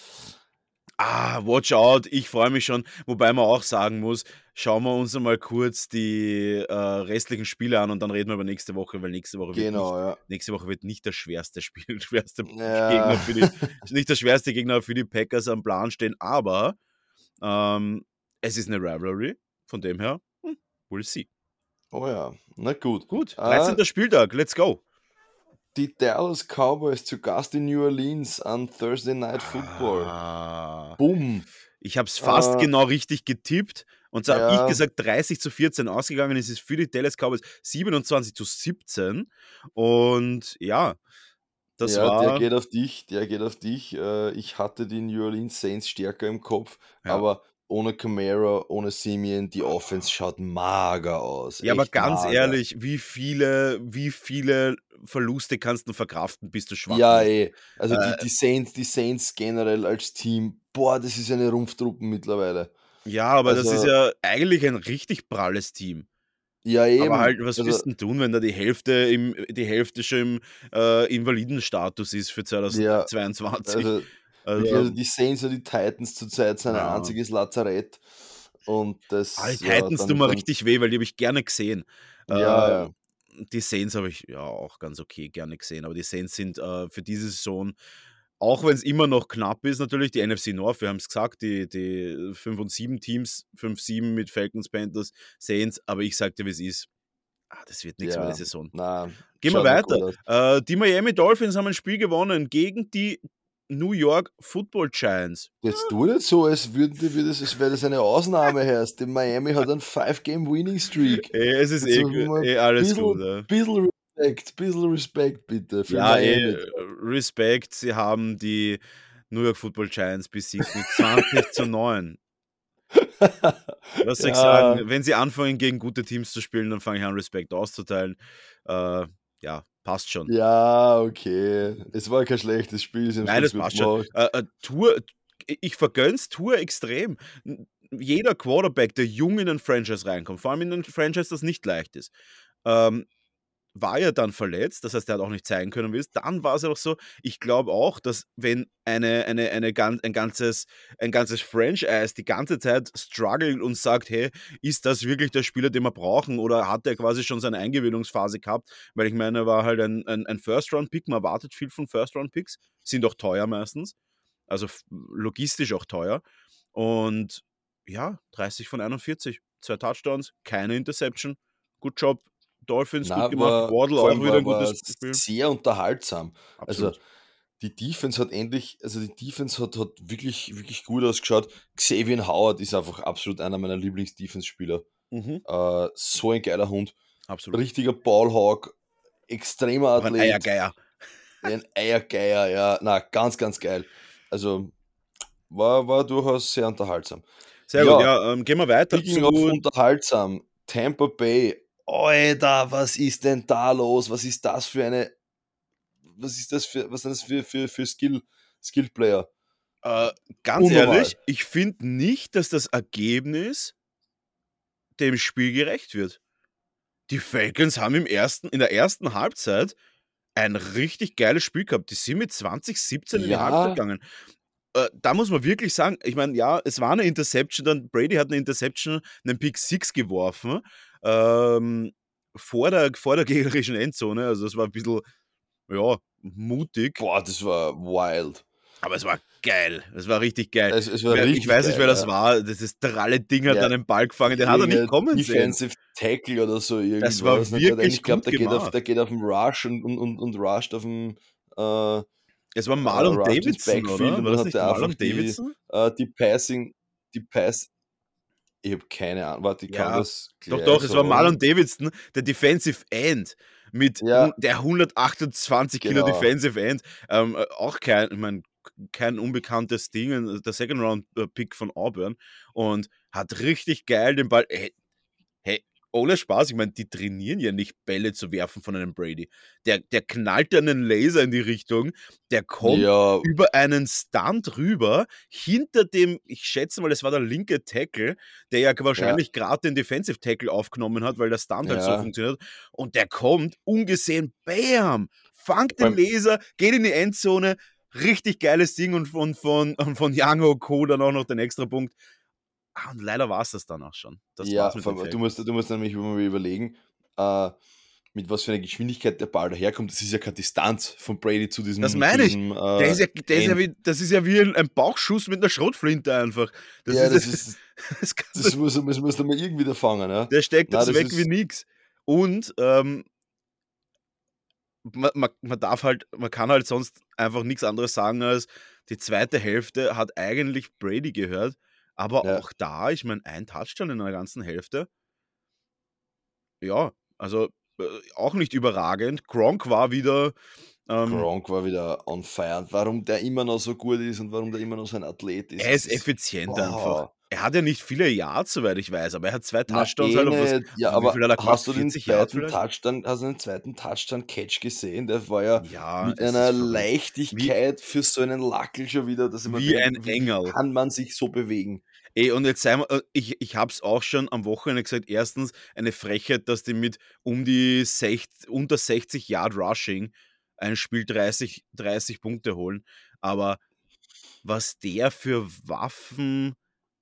A: Watch out, ich freue mich schon. Wobei man auch sagen muss, schauen wir uns einmal kurz die restlichen Spiele an und dann reden wir über nächste Woche, weil
B: genau, ja.
A: nächste Woche wird nicht das schwerste Spiel, schwerste
B: Ja,
A: Gegner für die, nicht der schwerste Gegner für die Packers am Plan stehen, aber ähm, es ist eine Rivalry, von dem her, we'll see.
B: oh ja, na gut.
A: Gut, 13. Spieltag, let's go.
B: Die Dallas Cowboys zu Gast in New Orleans an Thursday Night Football.
A: Ah,
B: Bumm.
A: ich habe es fast
B: Äh,
A: genau richtig getippt. Und zwar habe ich
B: ja,
A: gesagt 30:14 ausgegangen. Es ist für die Dallas Cowboys 27:17. Und ja, das
B: ja, der
A: war
B: geht auf dich, der geht auf dich. Ich hatte die New Orleans Saints stärker im Kopf,
A: ja.
B: aber ohne Kamara, ohne Simeon, die Offense schaut mager aus,
A: Ja, aber
B: echt
A: ganz
B: mager.
A: ehrlich, wie viele Verluste kannst du verkraften, bis du schwach
B: Ja,
A: wirst?
B: eh. Also
A: Äh,
B: die Saints generell als Team, boah, das ist eine Rumpftruppe mittlerweile.
A: ja, aber das ist
B: Also,
A: ja eigentlich ein richtig pralles Team.
B: ja
A: Aber
B: eben.
A: halt, was
B: Also,
A: willst 'n tun, wenn da die Hälfte schon im, Invalidenstatus ist für
B: ja,
A: 2022?
B: also wirklich, also
A: Also,
B: die Saints und die Titans zurzeit sind ein
A: ja.
B: einziges Lazarett und
A: Die
B: das, ja,
A: Titans tun
B: dann
A: mir
B: dann
A: richtig weh, weil die habe ich gerne gesehen.
B: ja,
A: Äh,
B: ja.
A: Die Saints habe ich ja auch ganz okay gerne gesehen, aber die Saints sind, für diese Saison, auch wenn es immer noch knapp ist natürlich, die NFC North, wir haben es gesagt, die 5 und 7 Teams, 5-7 mit Falcons, Panthers, Saints, aber ich sage dir, wie's ist, das wird nix mehr die
B: Ja,
A: Saison.
B: na,
A: Gehen wir
B: schaut nicht
A: weiter.
B: gut aus.
A: Die Miami Dolphins haben ein Spiel gewonnen gegen die New York Football Giants.
B: Jetzt tu nicht so, als wäre das eine Ausnahme erst. Die Miami hat einen 5-Game-Winning-Streak.
A: Es ist
B: Jetzt mal
A: alles gut,
B: bisschen
A: ja.
B: bisschen Respekt bitte für
A: Ja,
B: Miami.
A: Respekt, sie haben die New York Football Giants besiegt mit 20:9. Was soll ich
B: Ja,
A: sagen? Wenn sie anfangen, gegen gute Teams zu spielen, dann fange ich an, Respekt auszuteilen. Äh, ja, passt schon.
B: ja, okay. Es war kein schlechtes Spiel, sie haben's
A: Nein,
B: ganz
A: das
B: gut
A: passt schon.
B: gemacht.
A: Ich vergönn's Tour extrem. Jeder Quarterback, der jung in 'nen Franchise reinkommt, vor allem in 'nen Franchise, das nicht leicht ist, ähm, war ja dann verletzt, das heißt, er hat auch nicht zeigen können, wie es ist. Dann war es auch so, ich glaube auch, dass wenn ein ganzes Franchise die ganze Zeit struggelt und sagt: „Hey, ist das wirklich der Spieler, den wir brauchen, oder hat er quasi schon seine Eingewöhnungsphase gehabt?“ Weil ich meine, er war halt ein First-Round-Pick, man erwartet viel von First-Round-Picks, sind auch teuer meistens, also logistisch auch teuer. Und ja, 30 von 41, 2 Touchdowns, keine Interception. Good Job, Dolphins gut
B: Na,
A: gemacht.
B: war
A: Waddle
B: vor
A: auch
B: allem
A: wieder ein
B: war
A: gutes Spiel.
B: sehr unterhaltsam. Also,
A: Absolut.
B: die Defense hat wirklich, wirklich gut ausgeschaut. Xavier Howard ist einfach absolut einer meiner Lieblings-Defense-Spieler.
A: Mhm.
B: So ein geiler Hund.
A: Absolut.
B: Richtiger Ballhawk, extremer
A: Auch ein
B: Athlet,
A: Eiergeier.
B: ein Eiergeier, ja. Na, ganz, ganz geil. Also, war durchaus sehr unterhaltsam.
A: Sehr gut,
B: Ja,
A: ja, gehen wir weiter
B: speaking of
A: zu
B: unterhaltsam, Tampa Bay. Alter, was ist denn da los? Was sind das für Skill-Player?
A: äh, ganz
B: Unnormal.
A: ehrlich, ich finde nicht, dass das Ergebnis dem Spiel gerecht wird. Die Falcons haben in der ersten Halbzeit ein richtig geiles Spiel gehabt. Die sind mit 20-17 in die Halbzeit
B: Ja,
A: gegangen. Da muss man wirklich sagen, ich meine, ja, es war eine Interception, dann Brady hat eine Interception, einen Pick Six geworfen, ähm, vor der gegnerischen Endzone. Also das war ein bisschen, ja, mutig,
B: boah, das war wild.
A: aber es war geil. Es war richtig geil.
B: Es war
A: Ich
B: richtig
A: weiß nicht, wer
B: geil,
A: das
B: ja.
A: war. Das ist Tralle Ding hat
B: Ja,
A: einen Ball gefangen, den hat er nicht
B: irgendein
A: kommen sehen.
B: Defensive Tackle oder so
A: Das war
B: irgendwas. Und
A: wirklich
B: ich glaube,
A: gut gemacht.
B: der geht auf den Rush und rusht auf den
A: Es war Marlon
B: rusht ins
A: Davidson,
B: Backfield
A: oder?
B: und
A: War
B: dann
A: das
B: hat
A: nicht
B: er einfach
A: Marlon Davidson?
B: die Passing, die Pass, ich habe keine Ahnung, warte, ich kann
A: Ja,
B: das
A: doch,
B: gleich
A: doch, es war Marlon
B: sagen.
A: Davidson, der Defensive End
B: Ja,
A: der 128 Kilo
B: genau.
A: Defensive End. Auch kein, ich mein, kein unbekanntes Ding, der Second Round Pick von Auburn und hat richtig geil den Ball. Hey, ohne Spaß, ich meine, die trainieren ja nicht, Bälle zu werfen von einem Brady. Der knallt einen Laser in die Richtung, der kommt
B: Ja,
A: über einen Stunt rüber, hinter dem, ich schätze mal, es war der linke Tackle, der ja
B: ja,
A: wahrscheinlich gerade den Defensive Tackle aufgenommen hat, weil der Stunt halt so
B: ja.
A: funktioniert. Und der kommt ungesehen, bam, fangt den
B: Vor allem,
A: Laser, geht in die Endzone, richtig geiles Ding und von Young Co. dann auch noch den Extrapunkt. Und leider war es das dann auch schon. Das war's
B: ja,
A: mit den Falcons.
B: du musst nämlich immer mal überlegen, äh, mit was für einer Geschwindigkeit der Ball daherkommt. Das ist ja keine Distanz von Brady
A: Das
B: zu
A: meine ich.
B: diesem
A: Der ist ja
B: End.
A: wie, das ist ja wie ein Bauchschuss mit einer Schrotflinte einfach. Das
B: Ja,
A: ist,
B: das ist,
A: das kannst du,
B: das muss man irgendwie wieder fangen, ja.
A: der steckt
B: Na,
A: das
B: das
A: weg wie
B: ist,
A: nix. Und man darf halt, man kann halt sonst einfach nichts anderes sagen als, die zweite Hälfte hat eigentlich Brady gehört, aber
B: ja,
A: auch da, ich meine, ein Touchdown in der ganzen Hälfte, ja, also auch nicht überragend. Gronk war wieder, ähm,
B: Gronk war wieder on fire. Warum der immer noch so gut ist und warum der immer noch so ein Athlet ist,
A: er
B: das
A: ist
B: ist,
A: effizient einfach.
B: boah.
A: Er hat ja nicht viele Yards, soweit ich weiß, aber er hat 2
B: Na,
A: Touchdowns halt auf was,
B: nicht. Ja,
A: wie viel
B: aber
A: hat er gemacht? 40 Yards vielleicht?
B: Hast du den zweiten Touchdown-Catch gesehen? Der war ja
A: Ja,
B: mit
A: es ist
B: einer
A: verrückt. Wie
B: Leichtigkeit für so einen Lackel schon wieder, dass ich mir
A: wie ein
B: denke, wie
A: Engel.
B: kann man sich so bewegen?
A: Und jetzt sei mal, ich habe es auch schon am Wochenende gesagt, erstens eine Frechheit, dass die mit unter 60 Yard Rushing ein Spiel 30 Punkte holen, aber was der für Waffen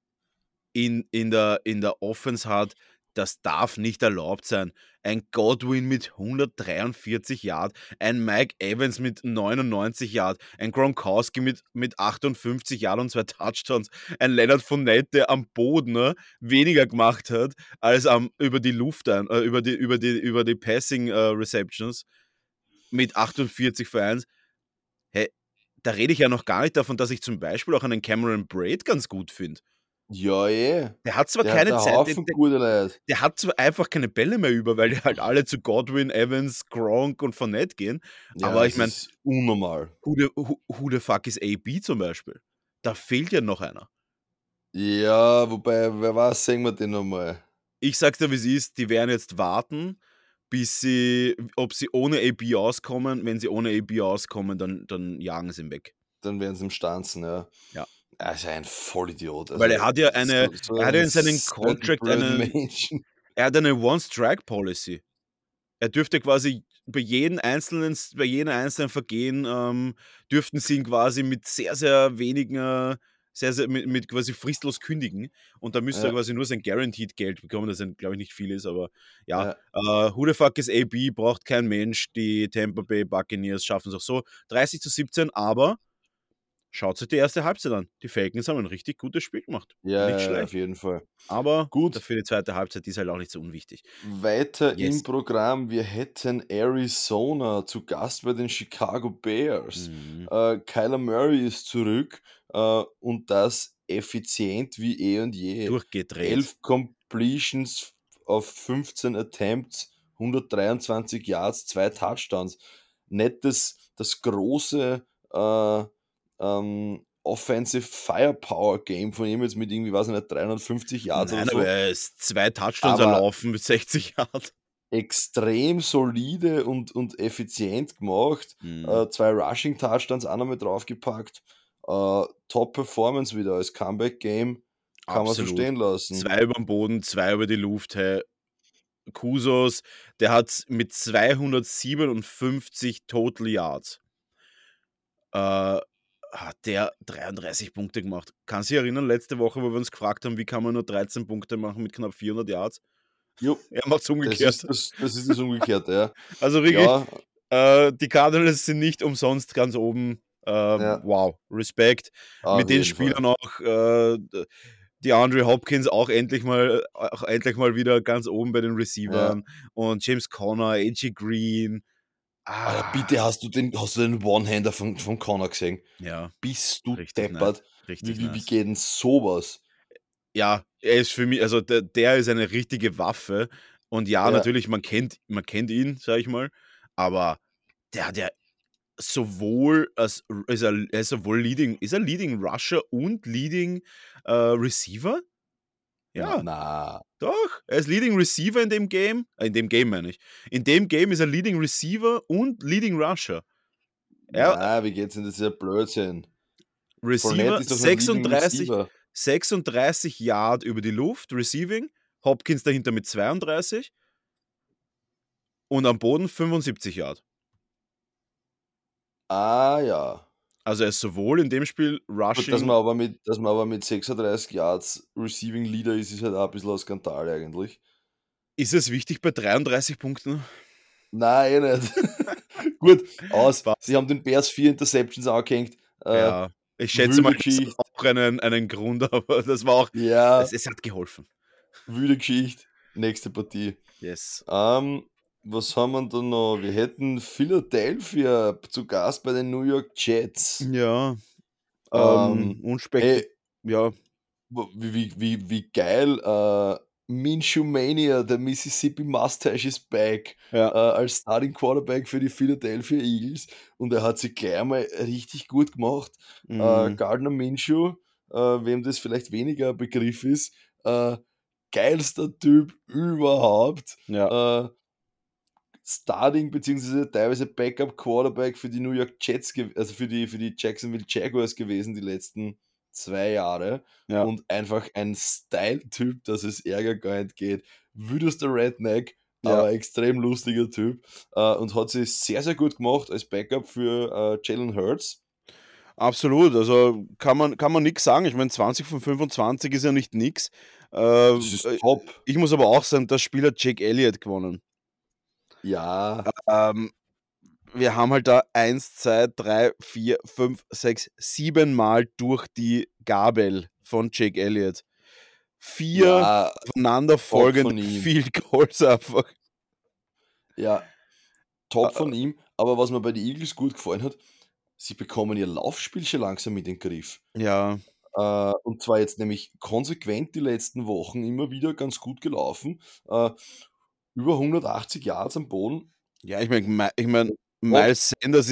A: in der Offense hat, das darf nicht erlaubt sein. Ein Godwin mit 143 Yard, ein Mike Evans mit 99 Yard, ein Gronkowski mit 58 Yard und 2 Touchdowns, ein Leonard Fournette, der am Boden, ne, weniger gemacht hat als über die Luft über die Passing Receptions mit 48 für 1. Hey, da rede ich ja noch gar nicht davon, dass ich zum Beispiel auch einen Cameron Braid ganz gut finde.
B: Ja, eh.
A: Der hat zwar
B: Der hat
A: keine
B: einen
A: Zeit,
B: Haufen gute Leute.
A: der hat zwar einfach keine Bälle mehr über, weil die halt alle zu Godwin, Evans, Gronk und Fournette gehen,
B: Ja,
A: aber ich
B: es
A: meine,
B: ist unnormal.
A: who the fuck is AB zum Beispiel? Da fehlt ja noch einer.
B: Ja, wobei, wer weiß, sehen wir den nochmal.
A: Ich sag's dir, wie es ist, die werden jetzt warten, ob sie ohne AB auskommen. Wenn sie ohne AB auskommen, dann jagen sie ihn weg.
B: Dann werden sie im Stanzen, ja.
A: Ja.
B: Er ist ja ein Vollidiot.
A: Weil
B: Also, so
A: er hat
B: einen
A: ja in seinen Contract
B: blöden Menschen.
A: er hat eine One-Strike-Policy. Er dürfte quasi bei jedem einzelnen Vergehen, dürften sie ihn quasi mit sehr, sehr wenigen, mit quasi fristlos kündigen und da müsste er
B: Ja,
A: quasi nur sein Guaranteed Geld bekommen, das dann, glaube ich, nicht viel ist, aber ja,
B: ja.
A: who the fuck is AB, braucht kein Mensch. Die Tampa Bay Buccaneers schaffen es auch so. 30-17, aber Schaut euch die erste Halbzeit an. Die Falcons haben ein richtig gutes Spiel gemacht. Nicht
B: Ja, auf
A: schlecht.
B: jeden Fall.
A: Aber
B: Gut,
A: dafür die zweite Halbzeit, die ist halt auch nicht so unwichtig.
B: weiter im
A: Yes.
B: Programm. Wir hätten Arizona zu Gast bei den Chicago Bears.
A: Mhm.
B: Kyler Murray ist zurück und das effizient wie eh und je.
A: Durchgedreht.
B: 11 Completions auf 15 Attempts, 123 Yards, 2 Touchdowns. Nicht das große Offensive Firepower Game von ihm jetzt mit irgendwie, weiß ich nicht, 350 Yards oder
A: Nein, aber
B: so,
A: er ist 2 Touchdowns
B: aber
A: erlaufen mit 60 Yard.
B: extrem solide und effizient gemacht.
A: Mhm.
B: 2 Rushing Touchdowns auch noch mit draufgepackt. Top Performance wieder als Comeback-Game. Kann man so
A: Absolut.
B: stehen lassen.
A: 2 über den Boden, 2 über die Luft. Hey, Kusos, der hat mit 257 Total Yards hat der 33 Punkte gemacht. Kannst du dich erinnern, letzte Woche, wo wir uns gefragt haben, wie kann man nur 13 Punkte machen mit knapp 400 Yards?
B: Jo,
A: Er macht's
B: das
A: umgekehrt.
B: das ist das Umgekehrte, ja.
A: Also wirklich,
B: Ja,
A: die Cardinals sind nicht umsonst ganz oben.
B: ja,
A: Wow, Respekt.
B: auf
A: Mit den
B: jeden Fall.
A: Spielern auch die Andre Hopkins auch endlich mal wieder ganz oben bei den
B: Ja.
A: Receivern und James Conner, AJ Green.
B: Ja, bitte, hast du den One-Hander von Connor gesehen?
A: Ja,
B: Bist du
A: richtig nice.
B: deppert?
A: Richtig
B: Wie
A: nice.
B: geht denn sowas?
A: Ja, er ist für mich, also der ist eine richtige Waffe. Und ja,
B: Ja.
A: natürlich, man kennt ihn, sag ich mal. Aber der hat ja sowohl er ist sowohl Leading Rusher und Leading Receiver? Ja,
B: Na.
A: doch. Er ist Leading Receiver in dem Game. In dem Game meine ich. In dem Game ist er Leading Receiver und Leading Rusher. Er
B: Na, wie geht's denn? Das ist ja Blödsinn.
A: Receiver
B: Fournette ist doch nicht Leading Receiver.
A: 36 Yard über die Luft, Receiving. Hopkins dahinter mit 32 und am Boden 75 Yard.
B: Ah ja.
A: Also er ist sowohl in dem Spiel
B: Gut, dass
A: Rushing.
B: man aber mit 36 Yards Receiving Leader ist halt auch ein bisschen ein Skandal eigentlich.
A: Ist es wichtig bei 33 Punkten?
B: Nein, eh nicht. Gut, aus.
A: Passt.
B: Sie haben den Bears 4 Interceptions angehängt.
A: Ja, ich schätze mal,
B: Wilde
A: das hat
B: Geschichte.
A: auch einen Grund, aber das war auch,
B: Ja,
A: es hat geholfen.
B: wilde Geschichte. Nächste Partie.
A: Yes.
B: Was haben wir da noch? Wir hätten Philadelphia zu Gast bei den New York Jets.
A: Ja,
B: Hey,
A: unspektakulär. Ja,
B: wie geil. Minshew Mania, der Mississippi Mustache ist back.
A: ja.
B: Als Starting Quarterback für die Philadelphia Eagles. Und er hat sich gleich mal richtig gut gemacht.
A: Mhm.
B: Gardner Minshew, wem das vielleicht weniger ein Begriff ist, geilster Typ überhaupt.
A: Ja.
B: Starting beziehungsweise teilweise Backup Quarterback für die New York Jets, also für die Jacksonville Jaguars gewesen die letzten 2 Jahre
A: Ja.
B: und einfach ein Style-Typ, dass es Ärger gar nicht geht. Wütester Redneck,
A: Ja.
B: aber extrem lustiger Typ und hat sich sehr, sehr gut gemacht als Backup für Jalen Hurts.
A: Absolut, also kann man nix sagen. Ich meine, 20 von 25 ist ja nicht nix.
B: Das ist top.
A: Ich muss aber auch sagen, das Spiel hat Jake Elliott gewonnen.
B: Ja,
A: Wir haben halt da 1, 2, 3, 4, 5, 6, 7 Mal durch die Gabel von Jake Elliott. 4
B: ja,
A: aufeinanderfolgende
B: top von ihm.
A: Field Goals einfach.
B: Ja, top von ihm. Aber was mir bei den Eagles gut gefallen hat, sie bekommen ihr Laufspiel schon langsam in den Griff.
A: Ja,
B: Und zwar jetzt nämlich konsequent die letzten Wochen immer wieder ganz gut gelaufen. Über 180 Yards am Boden.
A: ja, ich mein,
B: Oh,
A: Miles Sanders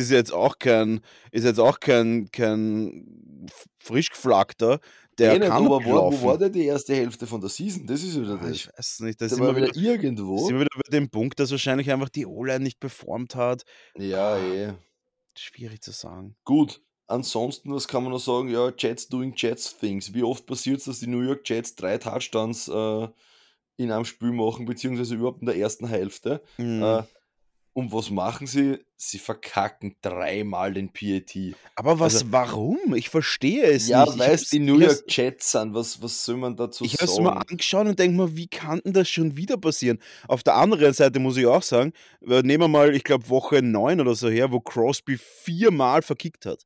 A: ist jetzt auch kein frisch geflackter, der
B: eh nicht,
A: kann
B: aber
A: halt
B: wo war
A: laufen.
B: der die erste Hälfte von der Season? Das ist wieder
A: Ich
B: das.
A: weiß nicht, da
B: Der
A: sind
B: war
A: wir
B: wieder
A: wieder sind
B: irgendwo.
A: wir wieder bei dem Punkt, dass wahrscheinlich einfach die O-Line nicht performt hat.
B: Ja, eh.
A: Schwierig zu sagen.
B: Gut. Ansonsten, was kann man noch sagen? Ja, Jets doing Jets things. Wie oft passiert es, dass die New York Jets 3 Touchdowns in einem Spiel machen, beziehungsweise überhaupt in der ersten Hälfte?
A: Mhm.
B: Äh, Und was machen sie? Sie verkacken 3-mal den PAT.
A: Aber
B: Also,
A: warum? Ich verstehe es
B: ja,
A: nicht. Ich
B: weil
A: habe
B: es die
A: es
B: New
A: ich habe
B: York Jets sind. Was soll man dazu
A: ich habe es mir
B: sagen?
A: angeschaut und denke mir: „Wie kann denn das schon wieder passieren?“ Auf der anderen Seite muss ich auch sagen, nehmen wir mal, ich glaube, Woche 9 oder so her, wo Crosby 4-mal verkickt hat.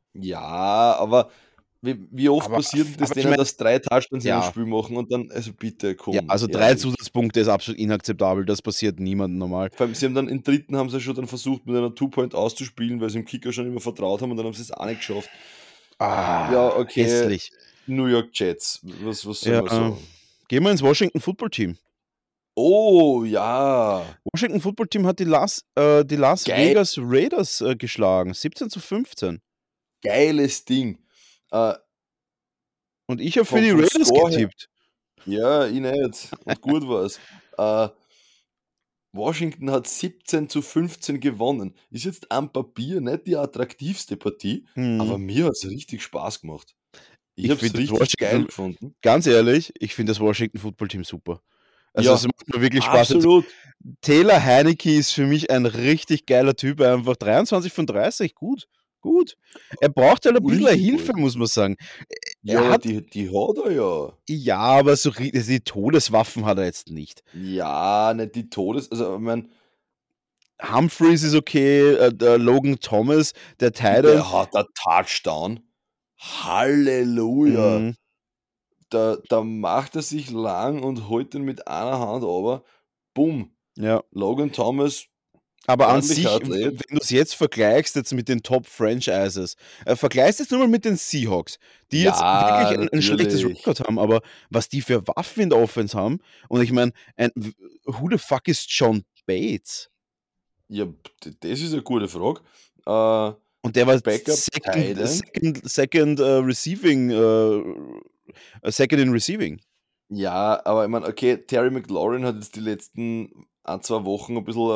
B: Ja, aber wie oft
A: Aber,
B: passiert denn das
A: aber ich
B: denen,
A: meine,
B: dass 3 Touchdowns in einem
A: ja,
B: Spiel machen und dann, also bitte,
A: ja,
B: komm,
A: also 3
B: ehrlich.
A: Zusatzpunkte ist absolut inakzeptabel. Das passiert niemandem normal.
B: Vor allem, sie haben dann im dritten haben sie schon dann versucht, mit einer Two-Point auszuspielen, weil sie dem Kicker schon immer vertraut haben und dann haben sie es auch nicht geschafft. Ja, okay,
A: Hässlich.
B: New York Jets, was soll
A: Ja,
B: man sagen?
A: gehen wir ins Washington Football Team.
B: Oh, ja,
A: Washington Football Team hat die Las
B: geil,
A: Vegas Raiders geschlagen, 17:15.
B: geiles Ding. Äh,
A: Und ich habe für die
B: vom
A: Raiders
B: Score her,
A: getippt.
B: ja, ich nicht und gut war's. Äh, Washington hat 17:15 gewonnen. Ist jetzt am Papier nicht die attraktivste Partie,
A: Mhm.
B: aber mir hat's richtig Spaß gemacht. Ich
A: Ich
B: habe es
A: finde das
B: richtig geil
A: Washington
B: gefunden.
A: Ganz ehrlich, ich finde das Washington Football Team super. Also, es
B: Ja,
A: macht mir wirklich Spaß. Jetzt
B: absolut.
A: Taylor Heinicke ist für mich ein richtig geiler Typ, einfach 23 von 30, gut, gut. Er braucht halt ein bisschen
B: Richtig
A: Hilfe,
B: gut.
A: muss man sagen.
B: Ja,
A: Er
B: aber
A: hat
B: die hat er ja.
A: ja, aber so ri die Todeswaffen hat er jetzt nicht.
B: Ja, nicht die Also, ich meine,
A: Humphreys ist okay, der Logan Thomas, der Tight End,
B: der hat a Touchdown. Halleluja.
A: mhm,
B: Da macht er sich lang und holt den mit einer Hand runter. Bumm.
A: ja.
B: Logan Thomas,
A: Aber an
B: ordentlicher
A: sich,
B: Athlet.
A: wenn du's jetzt vergleichst jetzt mit den Top-Franchises, vergleichst jetzt nur mal mit den Seahawks, die jetzt
B: Ja,
A: wirklich ein schlechtes
B: natürlich.
A: Record haben, aber was die für Waffen in der Offense haben und ich meine, ein w who the fuck is John Bates?
B: Ja, das ist eine gute Frage. Äh,
A: Und der war
B: Backup Tight End.
A: Second in Receiving.
B: Ja, aber ich meine, okay, Terry McLaurin hat jetzt die letzten 1, 2 Wochen ein bisschen,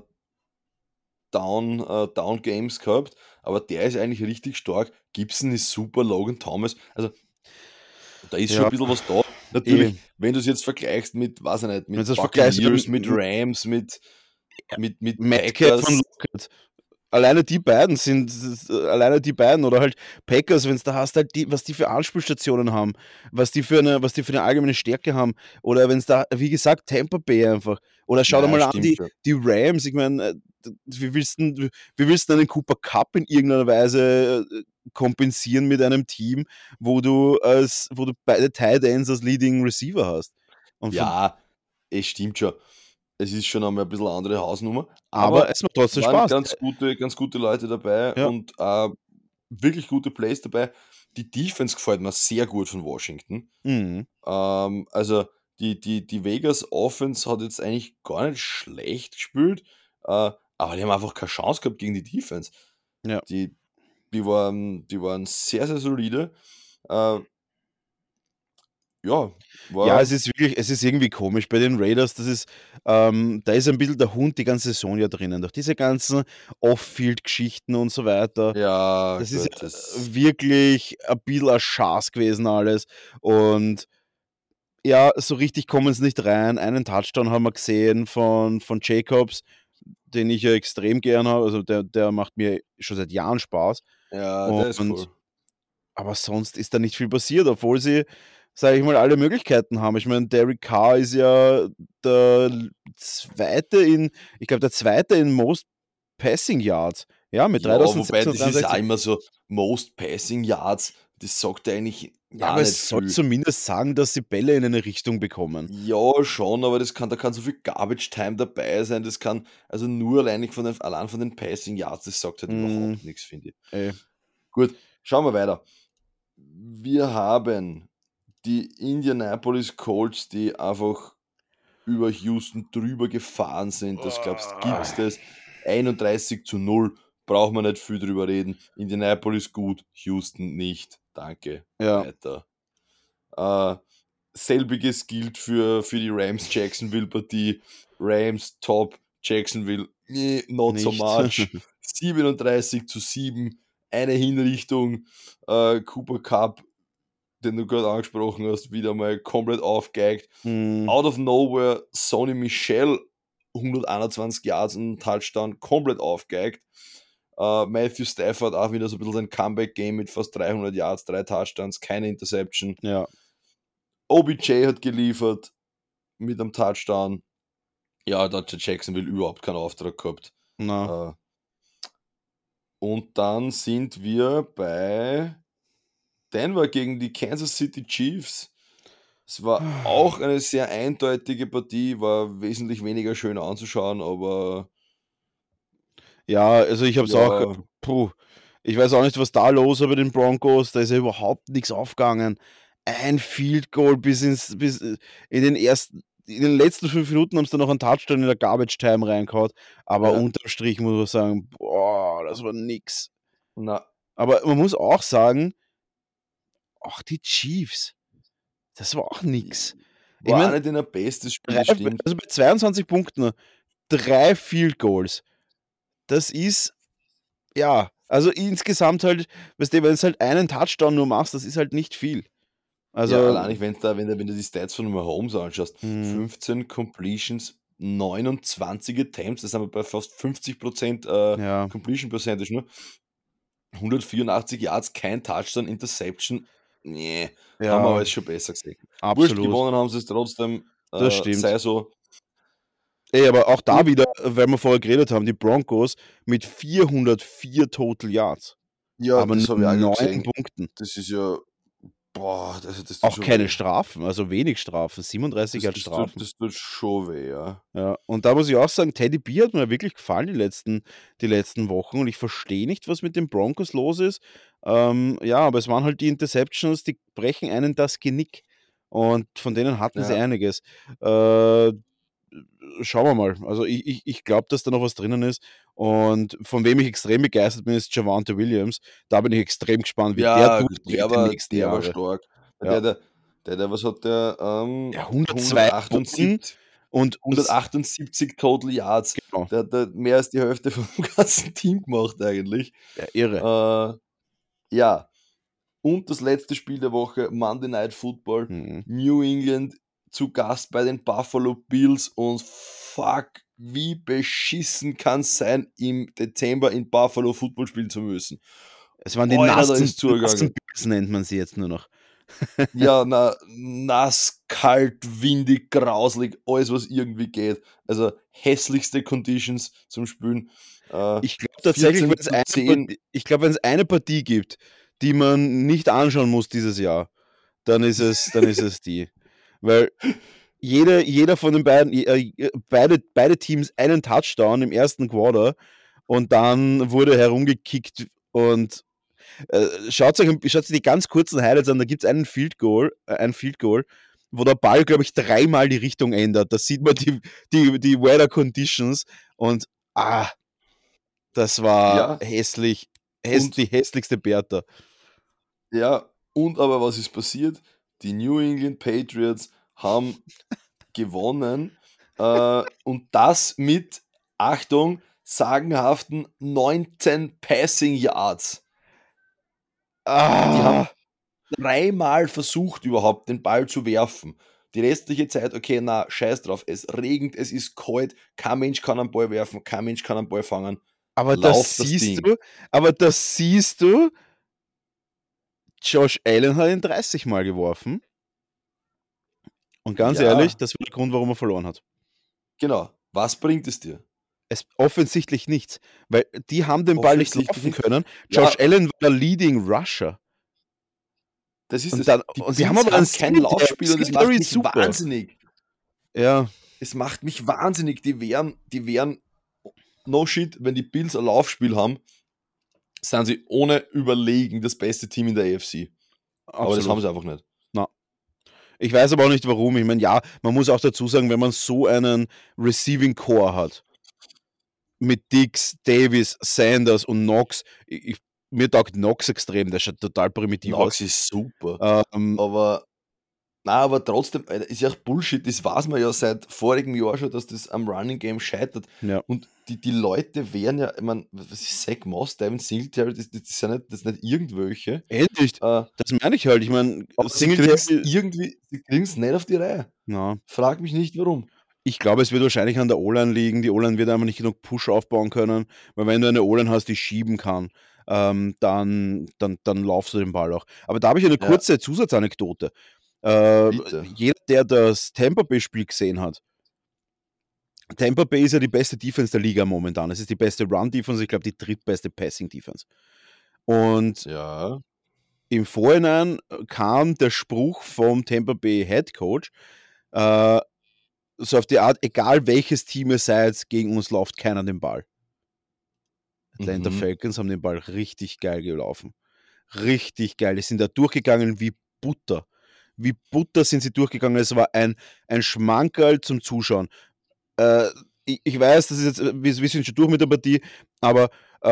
B: Down Games gehabt, aber der ist eigentlich richtig stark. Gibson ist super, Logan Thomas. Also, da ist schon
A: Ja,
B: ein bisschen was da.
A: eh.
B: Natürlich, wenn du es jetzt vergleichst mit, weiß ich nicht,
A: Wenn du
B: mit
A: das vergleichst oder
B: Buccaneers, mit Rams, mit
A: Metcalf und
B: Packers.
A: Lockett. Alleine die beiden oder halt Packers, wenn's da hast halt die was die für Anspielstationen haben, was die für 'ne allgemeine Stärke haben oder wenn's da wie gesagt, Tampa Bay einfach oder schau dir
B: Ja,
A: mal an
B: stimmt schon.
A: die Rams. Ich meine, d wie willst 'n einen Cooper Kupp in irgendeiner Weise, kompensieren mit einem Team, wo du beide Tight Ends als Leading Receiver hast? Und von
B: Ja, es stimmt schon. Es ist schon einmal ein bisschen 'ne andere Hausnummer,
A: aber
B: aber
A: es macht trotzdem
B: waren
A: Spaß.
B: ganz gute Leute dabei
A: Ja,
B: und, wirklich gute Plays dabei. Die Defense gefällt mir sehr gut von Washington.
A: mhm,
B: Also, die Vegas Offense hat jetzt eigentlich gar nicht schlecht gespielt, aber die haben einfach keine Chance gehabt gegen die Defense.
A: ja.
B: Die die waren sehr, sehr solide. Äh, ja,
A: Ja,
B: war
A: es ist irgendwie komisch bei den Raiders, da ist ein bisschen der Hund die ganze Saison ja drinnen. Durch diese ganzen Off-Field-Geschichten und so weiter.
B: ja,
A: Das ist
B: gut,
A: ja
B: das
A: wirklich ein bisschen ein Schaß gewesen alles. Und ja, so richtig kommen sie nicht rein. Einen Touchdown haben wir gesehen von Jacobs, den ich ja extrem gern habe. Also der macht mir schon seit Jahren Spaß.
B: ja, der ist
A: Und
B: cool.
A: aber sonst ist da nicht viel passiert, obwohl sie, sage ich mal, alle Möglichkeiten haben. Ich meine, Derek Carr ist ja der Zweite in ich glaube, der Zweite in Most Passing Yards, ja, mit
B: Ja, wobei das ist auch
A: 3.663.
B: immer so Most Passing Yards, das sagt ja eigentlich
A: Ja,
B: auch
A: aber
B: nicht
A: es soll
B: viel.
A: zumindest sagen, dass sie Bälle in eine Richtung bekommen.
B: Ja, schon, aber da kann so viel Garbage Time dabei sein. Das kann also nur allein von den Passing Yards, das sagt halt
A: Hm,
B: überhaupt nichts, finde ich.
A: ey,
B: Gut, schauen wir weiter. Wir haben die Indianapolis Colts, die einfach über Houston drüber gefahren sind. Das glaubst gibt's das? 31:0, braucht man nicht viel drüber reden. Indianapolis gut, Houston nicht. Danke,
A: ja,
B: weiter. Äh, selbiges gilt für die Rams-Jacksonville-Partie. Rams top, Jacksonville not so
A: nicht.
B: much. 37:7, eine Hinrichtung. Cooper Cup, den du gerade angesprochen hast, wieder mal komplett aufgegeigt.
A: Hm,
B: Out of nowhere, Sony Michel, 121 Yards und Touchdown, komplett aufgegeigt. Matthew Stafford auch wieder so ein bisschen sein Comeback-Game mit fast 300 Yards, 3 Touchdowns, keine Interception.
A: ja,
B: OBJ hat geliefert mit einem Touchdown. Ja, da hat Jacksonville überhaupt keinen Auftrag gehabt.
A: na,
B: Äh, Und dann sind wir bei Denver gegen die Kansas City Chiefs. Es war auch eine sehr eindeutige Partie, war wesentlich weniger schön anzuschauen, aber
A: Ja, also ich habe es auch,
B: ja,
A: puh, ich weiß auch nicht, was da los war bei den Broncos, da ist ja überhaupt nichts aufgegangen. Ein Field Goal bis in in den letzten 5 Minuten haben sie dann noch einen Touchdown in der Garbage Time reingehauen, aber
B: ja,
A: unterm Strich muss man sagen, boah, das war nix.
B: na,
A: Aber man muss auch sagen, auch die Chiefs, das war auch nix. Ich
B: war auch
A: meine,
B: nicht in ein bestes Spiel, das stimmt.
A: also bei 22 Punkten, 3 Field Goals, das ist, ja, also insgesamt halt, weißt du, wenn du halt einen Touchdown nur machst, das ist halt nicht viel.
B: Ja,
A: Also,
B: allein wenn du die Stats von Mahomes anschaust,
A: hm,
B: 15 Completions, 29 Attempts, das sind wir bei fast 50%
A: ja,
B: Completion Percentage, ne? 184 Yards, kein Touchdown, Interception. Ne, haben wir
A: ja,
B: alles schon besser gesehen. Wurscht,
A: absolut.
B: gewonnen haben sie es trotzdem,
A: Das
B: sei
A: stimmt.
B: so.
A: Ey, aber auch da
B: Und
A: wieder, weil wir vorher geredet haben, die Broncos mit 404 Total Yards,
B: ja,
A: aber nur
B: das habe ich auch grad
A: 9
B: gesehen.
A: Punkten.
B: Das ist ja boah, das tut
A: Auch
B: schon weh.
A: keine Strafen, also wenig Strafen, 37
B: Das
A: halt
B: das tut
A: Strafen.
B: das tut schon weh, ja.
A: Ja, und da muss ich auch sagen, Teddy B hat mir wirklich gefallen die letzten Wochen und ich verstehe nicht, was mit den Broncos los ist. Ja, aber es waren halt die Interceptions, die brechen einen das Genick und von denen hatten sie
B: Ja.
A: einiges. Äh, Schauen wir mal. Also ich glaube, dass da noch was drinnen ist und von wem ich extrem begeistert bin, ist Javante Williams. Da bin ich extrem gespannt, wie der
B: Ja,
A: durchdreht die nächsten
B: der war
A: Jahre.
B: stark.
A: Ja,
B: Was hat der?
A: ja 102 Punkten
B: 178
A: und
B: 178 Total Yards.
A: genau,
B: Der hat mehr als die Hälfte vom ganzen Team gemacht eigentlich.
A: ja, irre.
B: Äh, ja, und das letzte Spiel der Woche, Monday Night Football,
A: Mhm.
B: New England zu Gast bei den Buffalo Bills und fuck, wie beschissen kann's sein, im Dezember in Buffalo Football spielen zu müssen.
A: Es waren die
B: Alter, da ist zugegangen.
A: Bills nennt man sie jetzt nur noch.
B: Ja, na, nass, kalt, windig, grauslig, alles, was irgendwie geht. Also hässlichste Conditions zum Spielen.
A: Ich glaube tatsächlich,
B: 14:10.
A: wenn es eine Partie gibt, die man nicht anschauen muss dieses Jahr, dann ist es die. Weil jeder von den beiden, beide Teams einen Touchdown im ersten Quarter und dann wurde herumgekickt und schaut euch die ganz kurzen Highlights an, da gibt es ein Field Goal, wo der Ball, glaube ich, 3-mal die Richtung ändert. Da sieht man die Weather Conditions und ah, das war
B: Ja,
A: hässlich.
B: und
A: Die hässlichste Bertha.
B: ja, und aber was ist passiert? Die New England Patriots haben gewonnen und das mit, Achtung, sagenhaften 19 Passing Yards. Die haben
A: Ah,
B: dreimal versucht, überhaupt den Ball zu werfen. Die restliche Zeit, okay, na, scheiß drauf, es regnet, es ist kalt, kein Mensch kann einen Ball werfen, kein Mensch kann einen Ball fangen.
A: aber
B: Lauf das Ding.
A: das siehst du, Josh Allen hat ihn 30 Mal geworfen. Und ganz ehrlich,
B: Ja,
A: das war der Grund, warum er verloren hat.
B: genau. Was bringt es dir?
A: Es offensichtlich nichts, weil die haben den Ball nicht
B: Offensichtlich
A: laufen
B: nicht.
A: können. Josh
B: Ja,
A: Allen war der Leading Rusher.
B: das ist
A: Und
B: es.
A: dann
B: Die
A: und sie haben
B: Bills
A: aber einen
B: haben kein
A: Singletary.
B: Laufspiel und es
A: Singletary
B: macht
A: ist
B: mich
A: super.
B: wahnsinnig.
A: Ja,
B: Es macht mich wahnsinnig. Die wären, no shit, wenn die Bills ein Laufspiel haben, sind sie ohne Überlegen das beste Team in der AFC. Aber das haben
A: absolut.
B: sie einfach nicht.
A: Na, ich weiß aber auch nicht warum. Ich meine, ja, man muss auch dazu sagen, wenn man so einen Receiving Core hat, mit Dix, Davis, Sanders und Knox, mir taugt Knox extrem, der schaut total primitiv aus.
B: Knox ist super.
A: Ähm,
B: Aber aber trotzdem, Alter, ist ja auch Bullshit. Das weiß man ja seit vorigem Jahr schon, dass das am Running Game scheitert.
A: ja,
B: Und die Leute wären ja, ich meine, was ist Zach Moss, Devin Singletary, das sind nicht irgendwelche.
A: endlich.
B: Äh,
A: Das meine ich halt. Ich meine,
B: aber
A: Singletary,
B: sie kriegen es nicht auf die Reihe.
A: ja.
B: Frag mich nicht warum.
A: Ich glaube, es wird wahrscheinlich an der O-Line liegen. Die O-Line wird einfach nicht genug Push aufbauen können, weil wenn du eine O-Line hast, die schieben kann, dann laufst du den Ball auch. Aber da habe ich eine
B: Ja,
A: kurze Zusatzanekdote. Äh,
B: bitte.
A: Jeder, der das Tampa Bay-Spiel gesehen hat, Tampa Bay ist ja die beste Defense der Liga momentan. Es ist die beste Run-Defense, ich glaube die drittbeste Passing-Defense. Und
B: Ja.
A: im Vorhinein kam der Spruch vom Tampa Bay Head Coach, so auf die Art, egal welches Team ihr seid, gegen uns läuft keiner den Ball. Atlanta
B: Mhm.
A: Falcons haben den Ball richtig geil gelaufen. Richtig geil. Die sind da durchgegangen wie Butter. Wie Butter sind sie durchgegangen. Es war ein Schmankerl zum Zuschauen. Ich weiß, das ist jetzt, wir sind schon durch mit der Partie, aber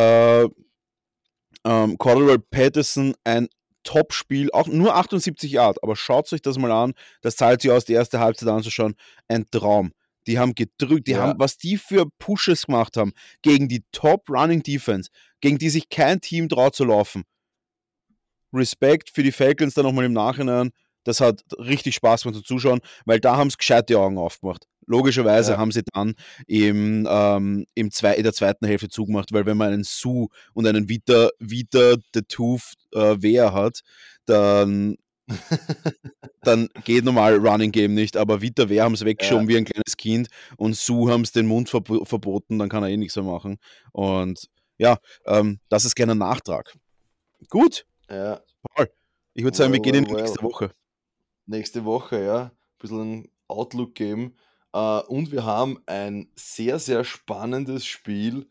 A: Cordell Patterson, ein Top-Spiel, auch nur 78 Yard, aber schaut euch das mal an, das zahlt sich aus, die erste Halbzeit anzuschauen, ein Traum. Die haben gedrückt,
B: Ja.
A: was die für Pushes gemacht haben gegen die Top-Running-Defense, gegen die sich kein Team traut zu laufen. Respekt für die Falcons dann nochmal im Nachhinein. Das hat richtig Spaß gemacht zu zuschauen, weil da haben sie gescheite Augen aufgemacht. Logischerweise
B: Ja.
A: haben sie dann in der zweiten Hälfte zugemacht, weil wenn man einen Sue und einen Vita the Tooth Wehr hat, dann geht normal Running Game nicht, aber Vita Wehr haben es
B: Ja.
A: weggeschoben wie ein kleines Kind und Sue haben es den Mund verboten, dann kann er eh nichts mehr machen. Und ja, das ist gerne ein Nachtrag. Gut,
B: Ja.
A: Paul, ich würde sagen, wir
B: Well,
A: gehen in
B: well,
A: die nächste
B: well.
A: Woche.
B: Nächste Woche, ja. Ein bisschen einen Outlook geben. Und wir haben ein sehr, sehr spannendes Spiel,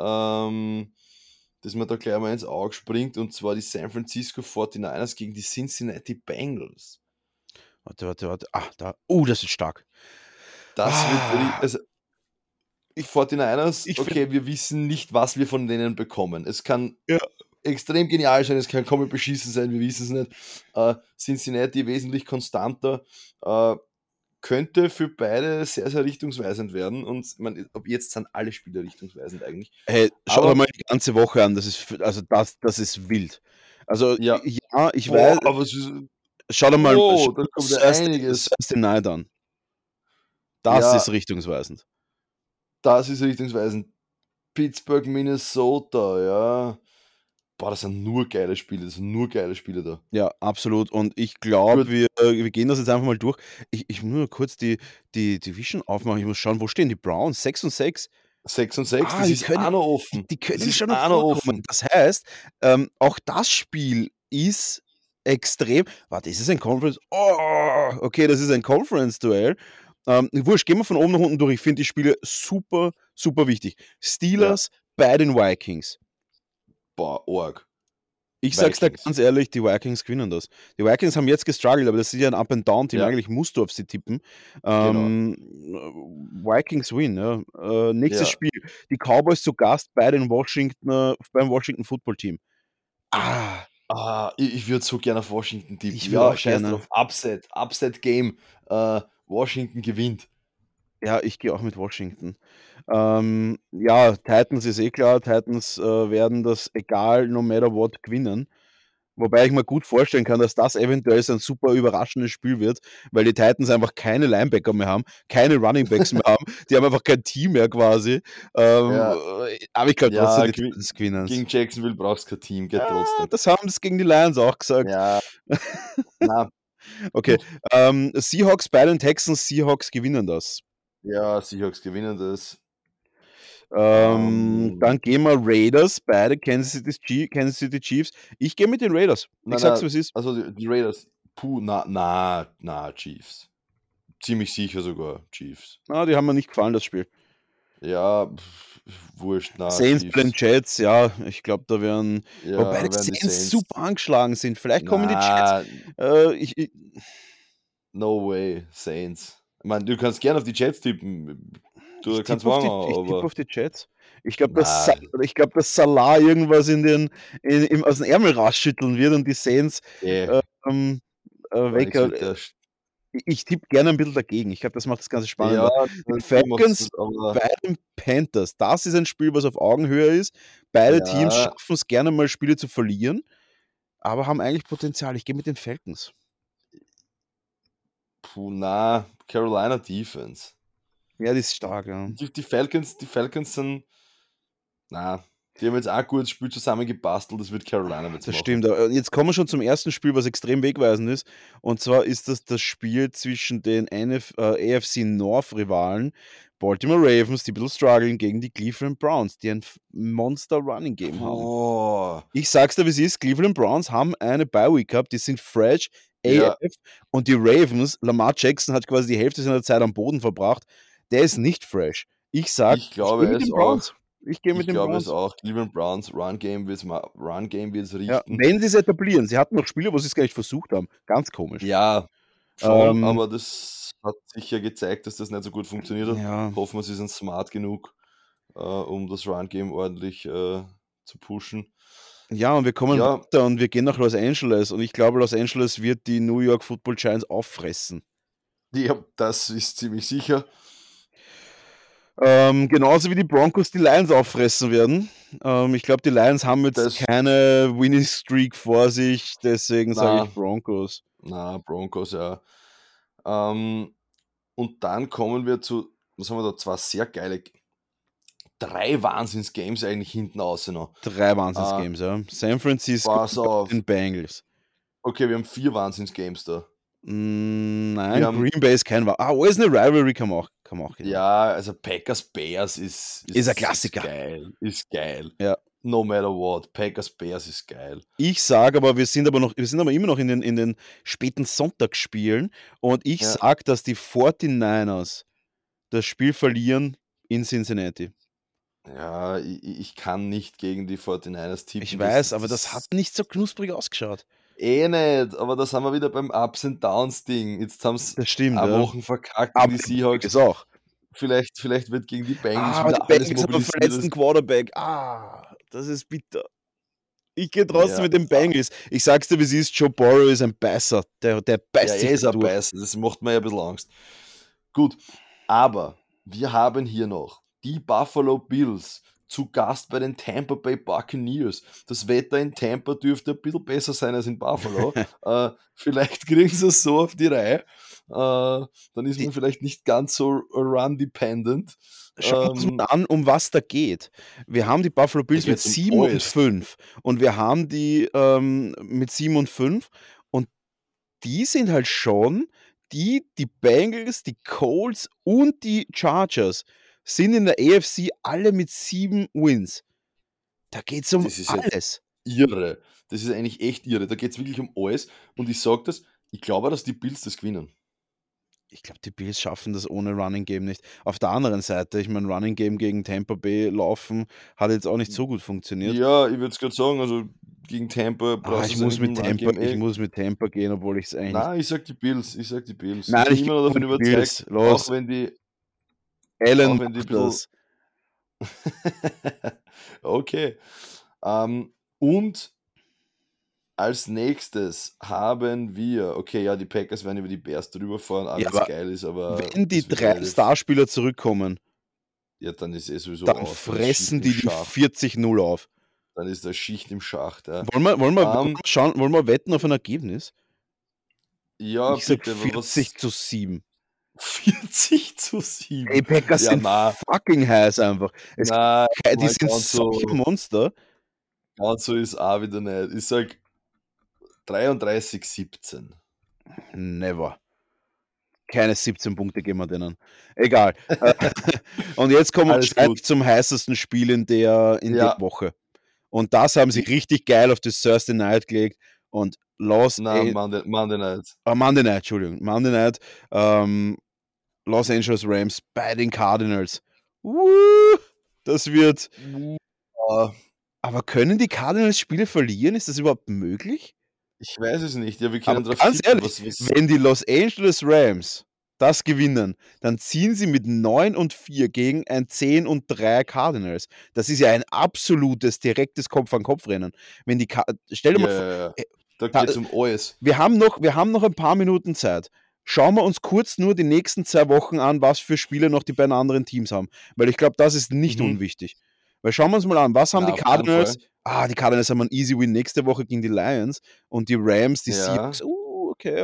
B: das mir da gleich mal ins Auge springt, und zwar die San Francisco 49ers gegen die Cincinnati Bengals.
A: Warte. Das ist stark.
B: Das wird
A: Ah,
B: also
A: ich,
B: 49ers,
A: ich finde,
B: okay, wir wissen nicht, was wir von denen bekommen. Es kann
A: ja,
B: extrem genial sein, es kann komplett beschissen sein, wir wissen es nicht. Cincinnati wesentlich konstanter, könnte für beide sehr, sehr richtungsweisend werden, und ich meine, ob jetzt sind alle Spieler richtungsweisend eigentlich.
A: hey, schau dir
B: Aber
A: mal die ganze Woche an, also das ist wild. Also
B: ja,
A: ja, ich
B: boah,
A: weiß,
B: was ist
A: schau dir mal
B: wow, da kommt ja einiges.
A: Thursday Night an. Das ist
B: Ja,
A: richtungsweisend.
B: das ist richtungsweisend. Pittsburgh, Minnesota, ja. Boah, das sind nur geile Spiele da.
A: Ja, absolut. Und ich glaube,
B: Gut,
A: wir gehen das jetzt einfach mal durch. Ich muss nur kurz die Division aufmachen. Ich muss schauen, wo stehen die Browns? 6 und 6.
B: 6 und 6,
A: Ah,
B: das ist auch noch offen.
A: die
B: Das
A: können
B: ist
A: schon noch
B: auch noch
A: vorkommen.
B: offen.
A: Das heißt, auch das Spiel ist extrem. Warte, ist es ein Conference? Oh, okay, das ist ein Conference-Duell. Wurscht, gehen wir von oben nach unten durch. Ich finde die Spiele super, super wichtig.
B: Ja,
A: Steelers bei den Vikings.
B: boah, arg.
A: Ich sag's dir
B: Vikings.
A: ganz ehrlich, die Vikings gewinnen das. Die Vikings haben jetzt gestruggelt, aber das ist ja ein Up-and-Down-Team.
B: Ja,
A: Eigentlich musst du auf sie tippen.
B: genau.
A: Vikings win, ja. Nächstes
B: Ja.
A: Spiel. Die Cowboys zu Gast bei beim Washington Football Team. Ah,
B: Ich würde so gerne auf Washington tippen.
A: ich würde
B: Ja,
A: auch
B: scheiß
A: gerne.
B: drauf. Upset Game. Washington gewinnt.
A: Ja, ich gehe auch mit Washington. Ja, Titans ist eh klar. Titans werden das egal, no matter what, gewinnen. Wobei ich mir gut vorstellen kann, dass das eventuell so ein super überraschendes Spiel wird, weil die Titans einfach keine Linebacker mehr haben, keine Running Backs mehr haben, die haben einfach kein Team mehr quasi.
B: Ja,
A: Aber ich glaube trotzdem,
B: ja,
A: die Titans gewinnen es.
B: gegen Jacksonville brauchst du kein Team, geht
A: Ja,
B: trotzdem.
A: das haben sie gegen die Lions auch gesagt.
B: Ja, na,
A: Okay,
B: gut.
A: Seahawks bei den Texans, Seahawks gewinnen das.
B: Ja, Seahawks gewinnen das.
A: Dann
B: Ähm,
A: gehen wir Raiders, beide Kansas City Chiefs. Ich gehe mit den Raiders. Ich sag's,
B: na,
A: was ist.
B: also die Raiders. Puh, na, Chiefs. Ziemlich sicher sogar Chiefs.
A: Ah, die haben mir nicht gefallen, das Spiel.
B: Ja, wurscht, na,
A: Saints bei den
B: Chiefs.
A: Jets, ja, ich glaube, da werden. Wobei die
B: Ja, werden die
A: Saints
B: Saints.
A: super angeschlagen sind. Vielleicht kommen die Jets.
B: Na,
A: Ich,
B: no way, Saints. Ich meine, du kannst gerne auf die Jets tippen. Du kannst machen,
A: ich tippe
B: aber
A: auf die Jets. Ich glaube,
B: na,
A: dass Salah irgendwas aus dem Ärmel rausschütteln wird und die Saints
B: eh,
A: ähm,
B: gar
A: weg.
B: nichts wird der.
A: Ich tippe gerne ein bisschen dagegen. Ich glaube, das macht das Ganze
B: Ja,
A: spannender. Die
B: du machst
A: Falcons
B: es, aber
A: bei den Panthers. Das ist ein Spiel, was auf Augenhöhe ist. Beide Teams
B: ja,
A: schaffen es gerne mal, Spiele zu verlieren, aber haben eigentlich Potenzial. Ich gehe mit den Falcons.
B: puh, na, Carolina Defense.
A: Ja, die ist stark, ja.
B: Die Falcons sind, na. Die haben jetzt auch ein gutes Spiel zusammengebastelt, das wird Carolina jetzt
A: Das
B: machen.
A: stimmt. Jetzt kommen wir schon zum ersten Spiel, was extrem wegweisend ist. Und zwar ist das Spiel zwischen den AFC North-Rivalen Baltimore Ravens, die ein bisschen strugglen, gegen die Cleveland Browns, die ein Monster Running Game haben.
B: Boah.
A: Ich sag's dir, wie es ist, Cleveland Browns haben eine Bye-Week gehabt, die sind fresh
B: Ja,
A: AF und die Ravens, Lamar Jackson hat quasi die Hälfte seiner Zeit am Boden verbracht, der ist nicht fresh. Ich sag,
B: ich
A: ich gehe
B: glaube
A: mit
B: es
A: den
B: auch.
A: Browns. Ich gehe mit
B: Ich
A: den
B: glaube es
A: Browns.
B: auch. Cleveland Browns, Run Game wird's
A: Ja,
B: richten.
A: wenn sie es etablieren. Sie hatten noch Spiele, wo sie es gar nicht versucht haben. Ganz komisch.
B: Ja, schon,
A: Ähm,
B: aber das hat sicher gezeigt, dass das nicht so gut funktioniert hat.
A: ja.
B: Hoffen wir, sie sind smart genug, um das Run Game ordentlich zu pushen.
A: Ja, und wir kommen
B: Ja,
A: weiter und wir gehen nach Los Angeles und ich glaube, Los Angeles wird die New York Football Giants auffressen.
B: ja, das ist ziemlich sicher.
A: Genauso wie die Broncos die Lions auffressen werden. Ich glaube, die Lions haben jetzt
B: Das,
A: keine Winning Streak vor sich, deswegen sage
B: na,
A: ich Broncos.
B: na, Broncos, ja. Und dann kommen wir zu, was haben wir da, zwei sehr geile, drei Wahnsinns-Games eigentlich hinten raus noch.
A: 3 Wahnsinns-Games, ja. San Francisco
B: Pass
A: bei
B: auf.
A: den Bengals.
B: Okay, wir haben 4 Wahnsinns-Games da. Wir
A: Nein,
B: haben,
A: Green Bay ist kein alles eine Rivalry kann man auch gehen.
B: ja, also Packers Bears
A: Ist ein Klassiker.
B: geil. Ist geil.
A: Ja.
B: No matter what. Packers Bears ist geil.
A: Ich sage aber, wir sind aber immer noch in den späten Sonntagsspielen und ich
B: Ja.
A: sage, dass die 49ers das Spiel verlieren in Cincinnati.
B: Ja, ich kann nicht gegen die 49ers tippen.
A: Ich weiß, aber das hat nicht so knusprig ausgeschaut.
B: Eh nicht, aber da sind wir wieder beim Ups and Downs Ding. Jetzt haben sie
A: Das stimmt,
B: eine
A: ja.
B: Woche verkackt
A: Aber
B: gegen die
A: die
B: Seahawks.
A: Bengals auch.
B: Vielleicht wird gegen die Bengals
A: Die
B: wieder alles
A: Bengals haben einen
B: mobilisiert.
A: verletzten Quarterback. Das ist bitter. Ich gehe trotzdem
B: Ja,
A: mit den Bengals. Ich sag's dir, wie es ist, Joe Burrow ist ein Beißer. Der
B: ja,
A: beißt sich
B: er ist
A: da
B: ein
A: durch.
B: Beißen, das macht mir ja ein bisschen Angst. Gut, aber wir haben hier noch die Buffalo Bills zu Gast bei den Tampa Bay Buccaneers. Das Wetter in Tampa dürfte ein bisschen besser sein als in Buffalo. Vielleicht kriegen sie es so auf die Reihe. Dann ist
A: Die-
B: man vielleicht nicht ganz so run-dependent.
A: Schauen wir uns mal an, um was da geht. Wir haben die Buffalo Bills mit
B: geht's um
A: 7 und
B: alles.
A: 5 und wir haben die mit 7 und 5 und die sind halt schon die Bengals, die Colts und die Chargers sind in der AFC alle mit 7 Wins. Da geht's um
B: Das ist jetzt
A: alles.
B: irre. Das ist eigentlich echt irre. Da geht es wirklich um alles. Und ich sage das, ich glaube, dass die Bills das gewinnen.
A: Ich glaube, die Bills schaffen das ohne Running Game nicht. Auf der anderen Seite, ich meine, Running Game gegen Tampa Bay laufen hat jetzt auch nicht so gut funktioniert.
B: Ja, ich würde es gerade sagen, also gegen Tampa brauchst
A: Ich
B: du
A: muss
B: eigentlich
A: mit
B: im
A: Tampa,
B: Run-Game
A: ich muss mit Tampa gehen, obwohl ich es eigentlich nicht.
B: Nein, ich sag die Bills. Ich sag die Bills.
A: Nein,
B: Ich bin
A: ich
B: immer noch
A: gehe
B: davon
A: mit den Bills.
B: überzeugt,
A: Los,
B: auch wenn die
A: Allen
B: auch wenn die ein
A: macht
B: bisschen.
A: das.
B: Okay. Und als nächstes haben wir, okay, ja, die Packers werden über die Bears drüber fahren, auch
A: Ja,
B: wenn's
A: aber
B: geil ist, aber
A: wenn die
B: das wird
A: 3
B: relativ,
A: Starspieler zurückkommen,
B: ja, dann ist sowieso
A: dann
B: aus. Dann ist Schicht
A: fressen
B: im
A: die
B: Schacht.
A: 40-0 auf.
B: Dann ist da Schicht im Schacht, ja.
A: Wollen wir schauen, wollen wir wetten auf ein Ergebnis?
B: Ja,
A: Ich sag
B: bitte, aber
A: 40-7.
B: 40-7.
A: Ey, Packers
B: Ja,
A: sind
B: na,
A: fucking heiß einfach.
B: na,
A: Die sind solche Monster.
B: ganz so ist auch wieder nicht. Ich sag 33-17.
A: Never. Keine 17 Punkte geben wir denen. Egal. Und jetzt kommen wir
B: Alles
A: wahrscheinlich
B: gut.
A: zum heißesten Spiel in der
B: Ja.
A: Woche. Und das haben sie
B: Die-
A: richtig geil auf das Thursday Night gelegt. Und
B: Nein, Monday Night.
A: Monday Night, Entschuldigung. Monday Night, Los Angeles Rams bei den Cardinals. Das wird.
B: Ja,
A: Aber können die Cardinals Spiele verlieren? Ist das überhaupt möglich?
B: ich weiß es nicht. Ja, wir
A: Aber
B: können drauf
A: ganz
B: tippen.
A: ehrlich, wenn die Los Angeles Rams das gewinnen, dann ziehen sie mit 9-4 gegen ein 10-3 Cardinals. Das ist ja ein absolutes, direktes Kopf-an-Kopf-Rennen. Wenn die stell dir mal vor,
B: Ja. Da geht es um alles.
A: wir haben noch ein paar Minuten Zeit. Schauen wir uns kurz nur die nächsten 2 Wochen an, was für Spiele noch die beiden anderen Teams haben. Weil ich glaube, das ist nicht unwichtig. Weil schauen wir uns mal an, was haben
B: Na,
A: die
B: auf jeden
A: Cardinals?
B: Fall.
A: Die Cardinals haben einen Easy Win nächste Woche gegen die Lions und die Rams, die
B: Ja.
A: Seahawks. Okay.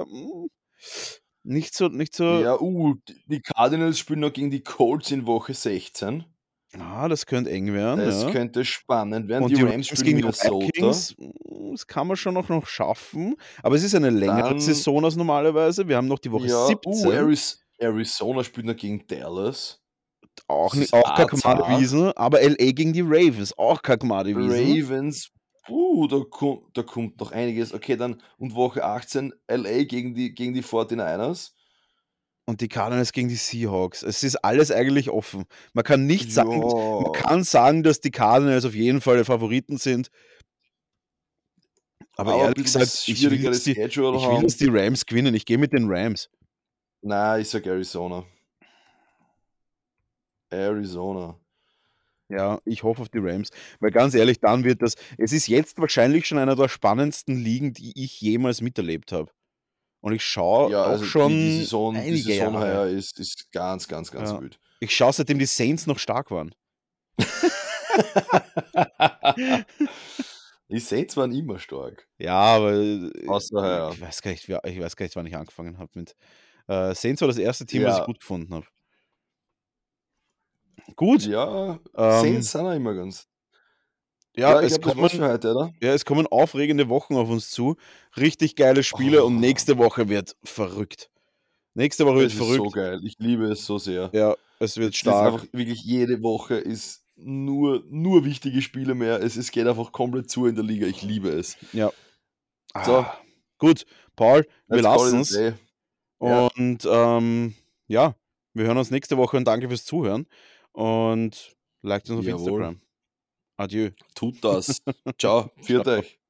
A: Nicht so.
B: Ja, die Cardinals spielen noch gegen die Colts in Woche 16.
A: Das könnte eng werden,
B: Das
A: ja.
B: könnte spannend werden. Die
A: Und die
B: Rams
A: Rams
B: spielen
A: gegen die
B: Minnesota.
A: Vikings, das kann man schon noch schaffen, aber es ist eine längere
B: Dann,
A: Saison als normalerweise. Wir haben noch die Woche
B: ja,
A: 17,
B: Arizona spielt noch gegen Dallas.
A: auch
B: Das
A: ni
B: ist
A: auch kein
B: auch zart.
A: Gmadewiesen, aber LA gegen die Ravens, auch kein Gmadewiesen.
B: Ravens, da kommt noch einiges. Okay, dann und Woche 18 LA gegen die 49ers.
A: Und die Cardinals gegen die Seahawks. Es ist alles eigentlich offen. Man kann nicht sagen, man
B: Ja,
A: kann sagen, dass die Cardinals auf jeden Fall die Favoriten sind, aber
B: aber ein
A: ehrlich
B: bisschen
A: gesagt,
B: das schwierigere Schedule
A: ich will, dass
B: haben.
A: die Rams gewinnen. Ich gehe mit den Rams.
B: Nein, ich sag Arizona. Arizona.
A: Ja, ich hoffe auf die Rams, weil ganz ehrlich, dann wird das es ist jetzt wahrscheinlich schon einer der spannendsten Ligen, die ich jemals miterlebt habe. Und ich schaue
B: Ja,
A: auch
B: also die
A: schon
B: Saison die
A: einige
B: Saison
A: Jahre.
B: heuer ist ganz, ganz, ganz
A: Ja.
B: wild.
A: Ich schaue, seitdem die Saints noch stark waren.
B: Die Saints waren immer stark,
A: Ja, aber,
B: außer heuer.
A: ich weiß gar nicht, wann ich angefangen habe mit Saints war das erste Team, was ich
B: Ja,
A: gut gefunden habe. Gut,
B: ja,
A: ähm,
B: Saints sind auch immer ganz.
A: ja,
B: Ja, ich glaube, das war's für heute, oder?
A: es kommen aufregende Wochen auf uns zu, richtig geile Spiele und
B: Oh,
A: nächste Woche wird verrückt. Nächste Woche wird
B: es ist so
A: verrückt.
B: geil. Ich liebe es so sehr.
A: Ja, es wird
B: Jetzt ist einfach
A: stark.
B: wirklich jede Woche ist nur wichtige Spiele mehr. Es geht einfach komplett zu in der Liga. Ich liebe es.
A: Ja.
B: So,
A: Ah, gut, Paul, wir
B: let's call it a
A: lassen's
B: day. Ja,
A: und, ja, wir hören uns nächste Woche und danke fürs Zuhören und liked uns auf
B: jawohl.
A: Instagram. Adieu.
B: Tut das. Ciao, viert
A: Ciao.
B: euch.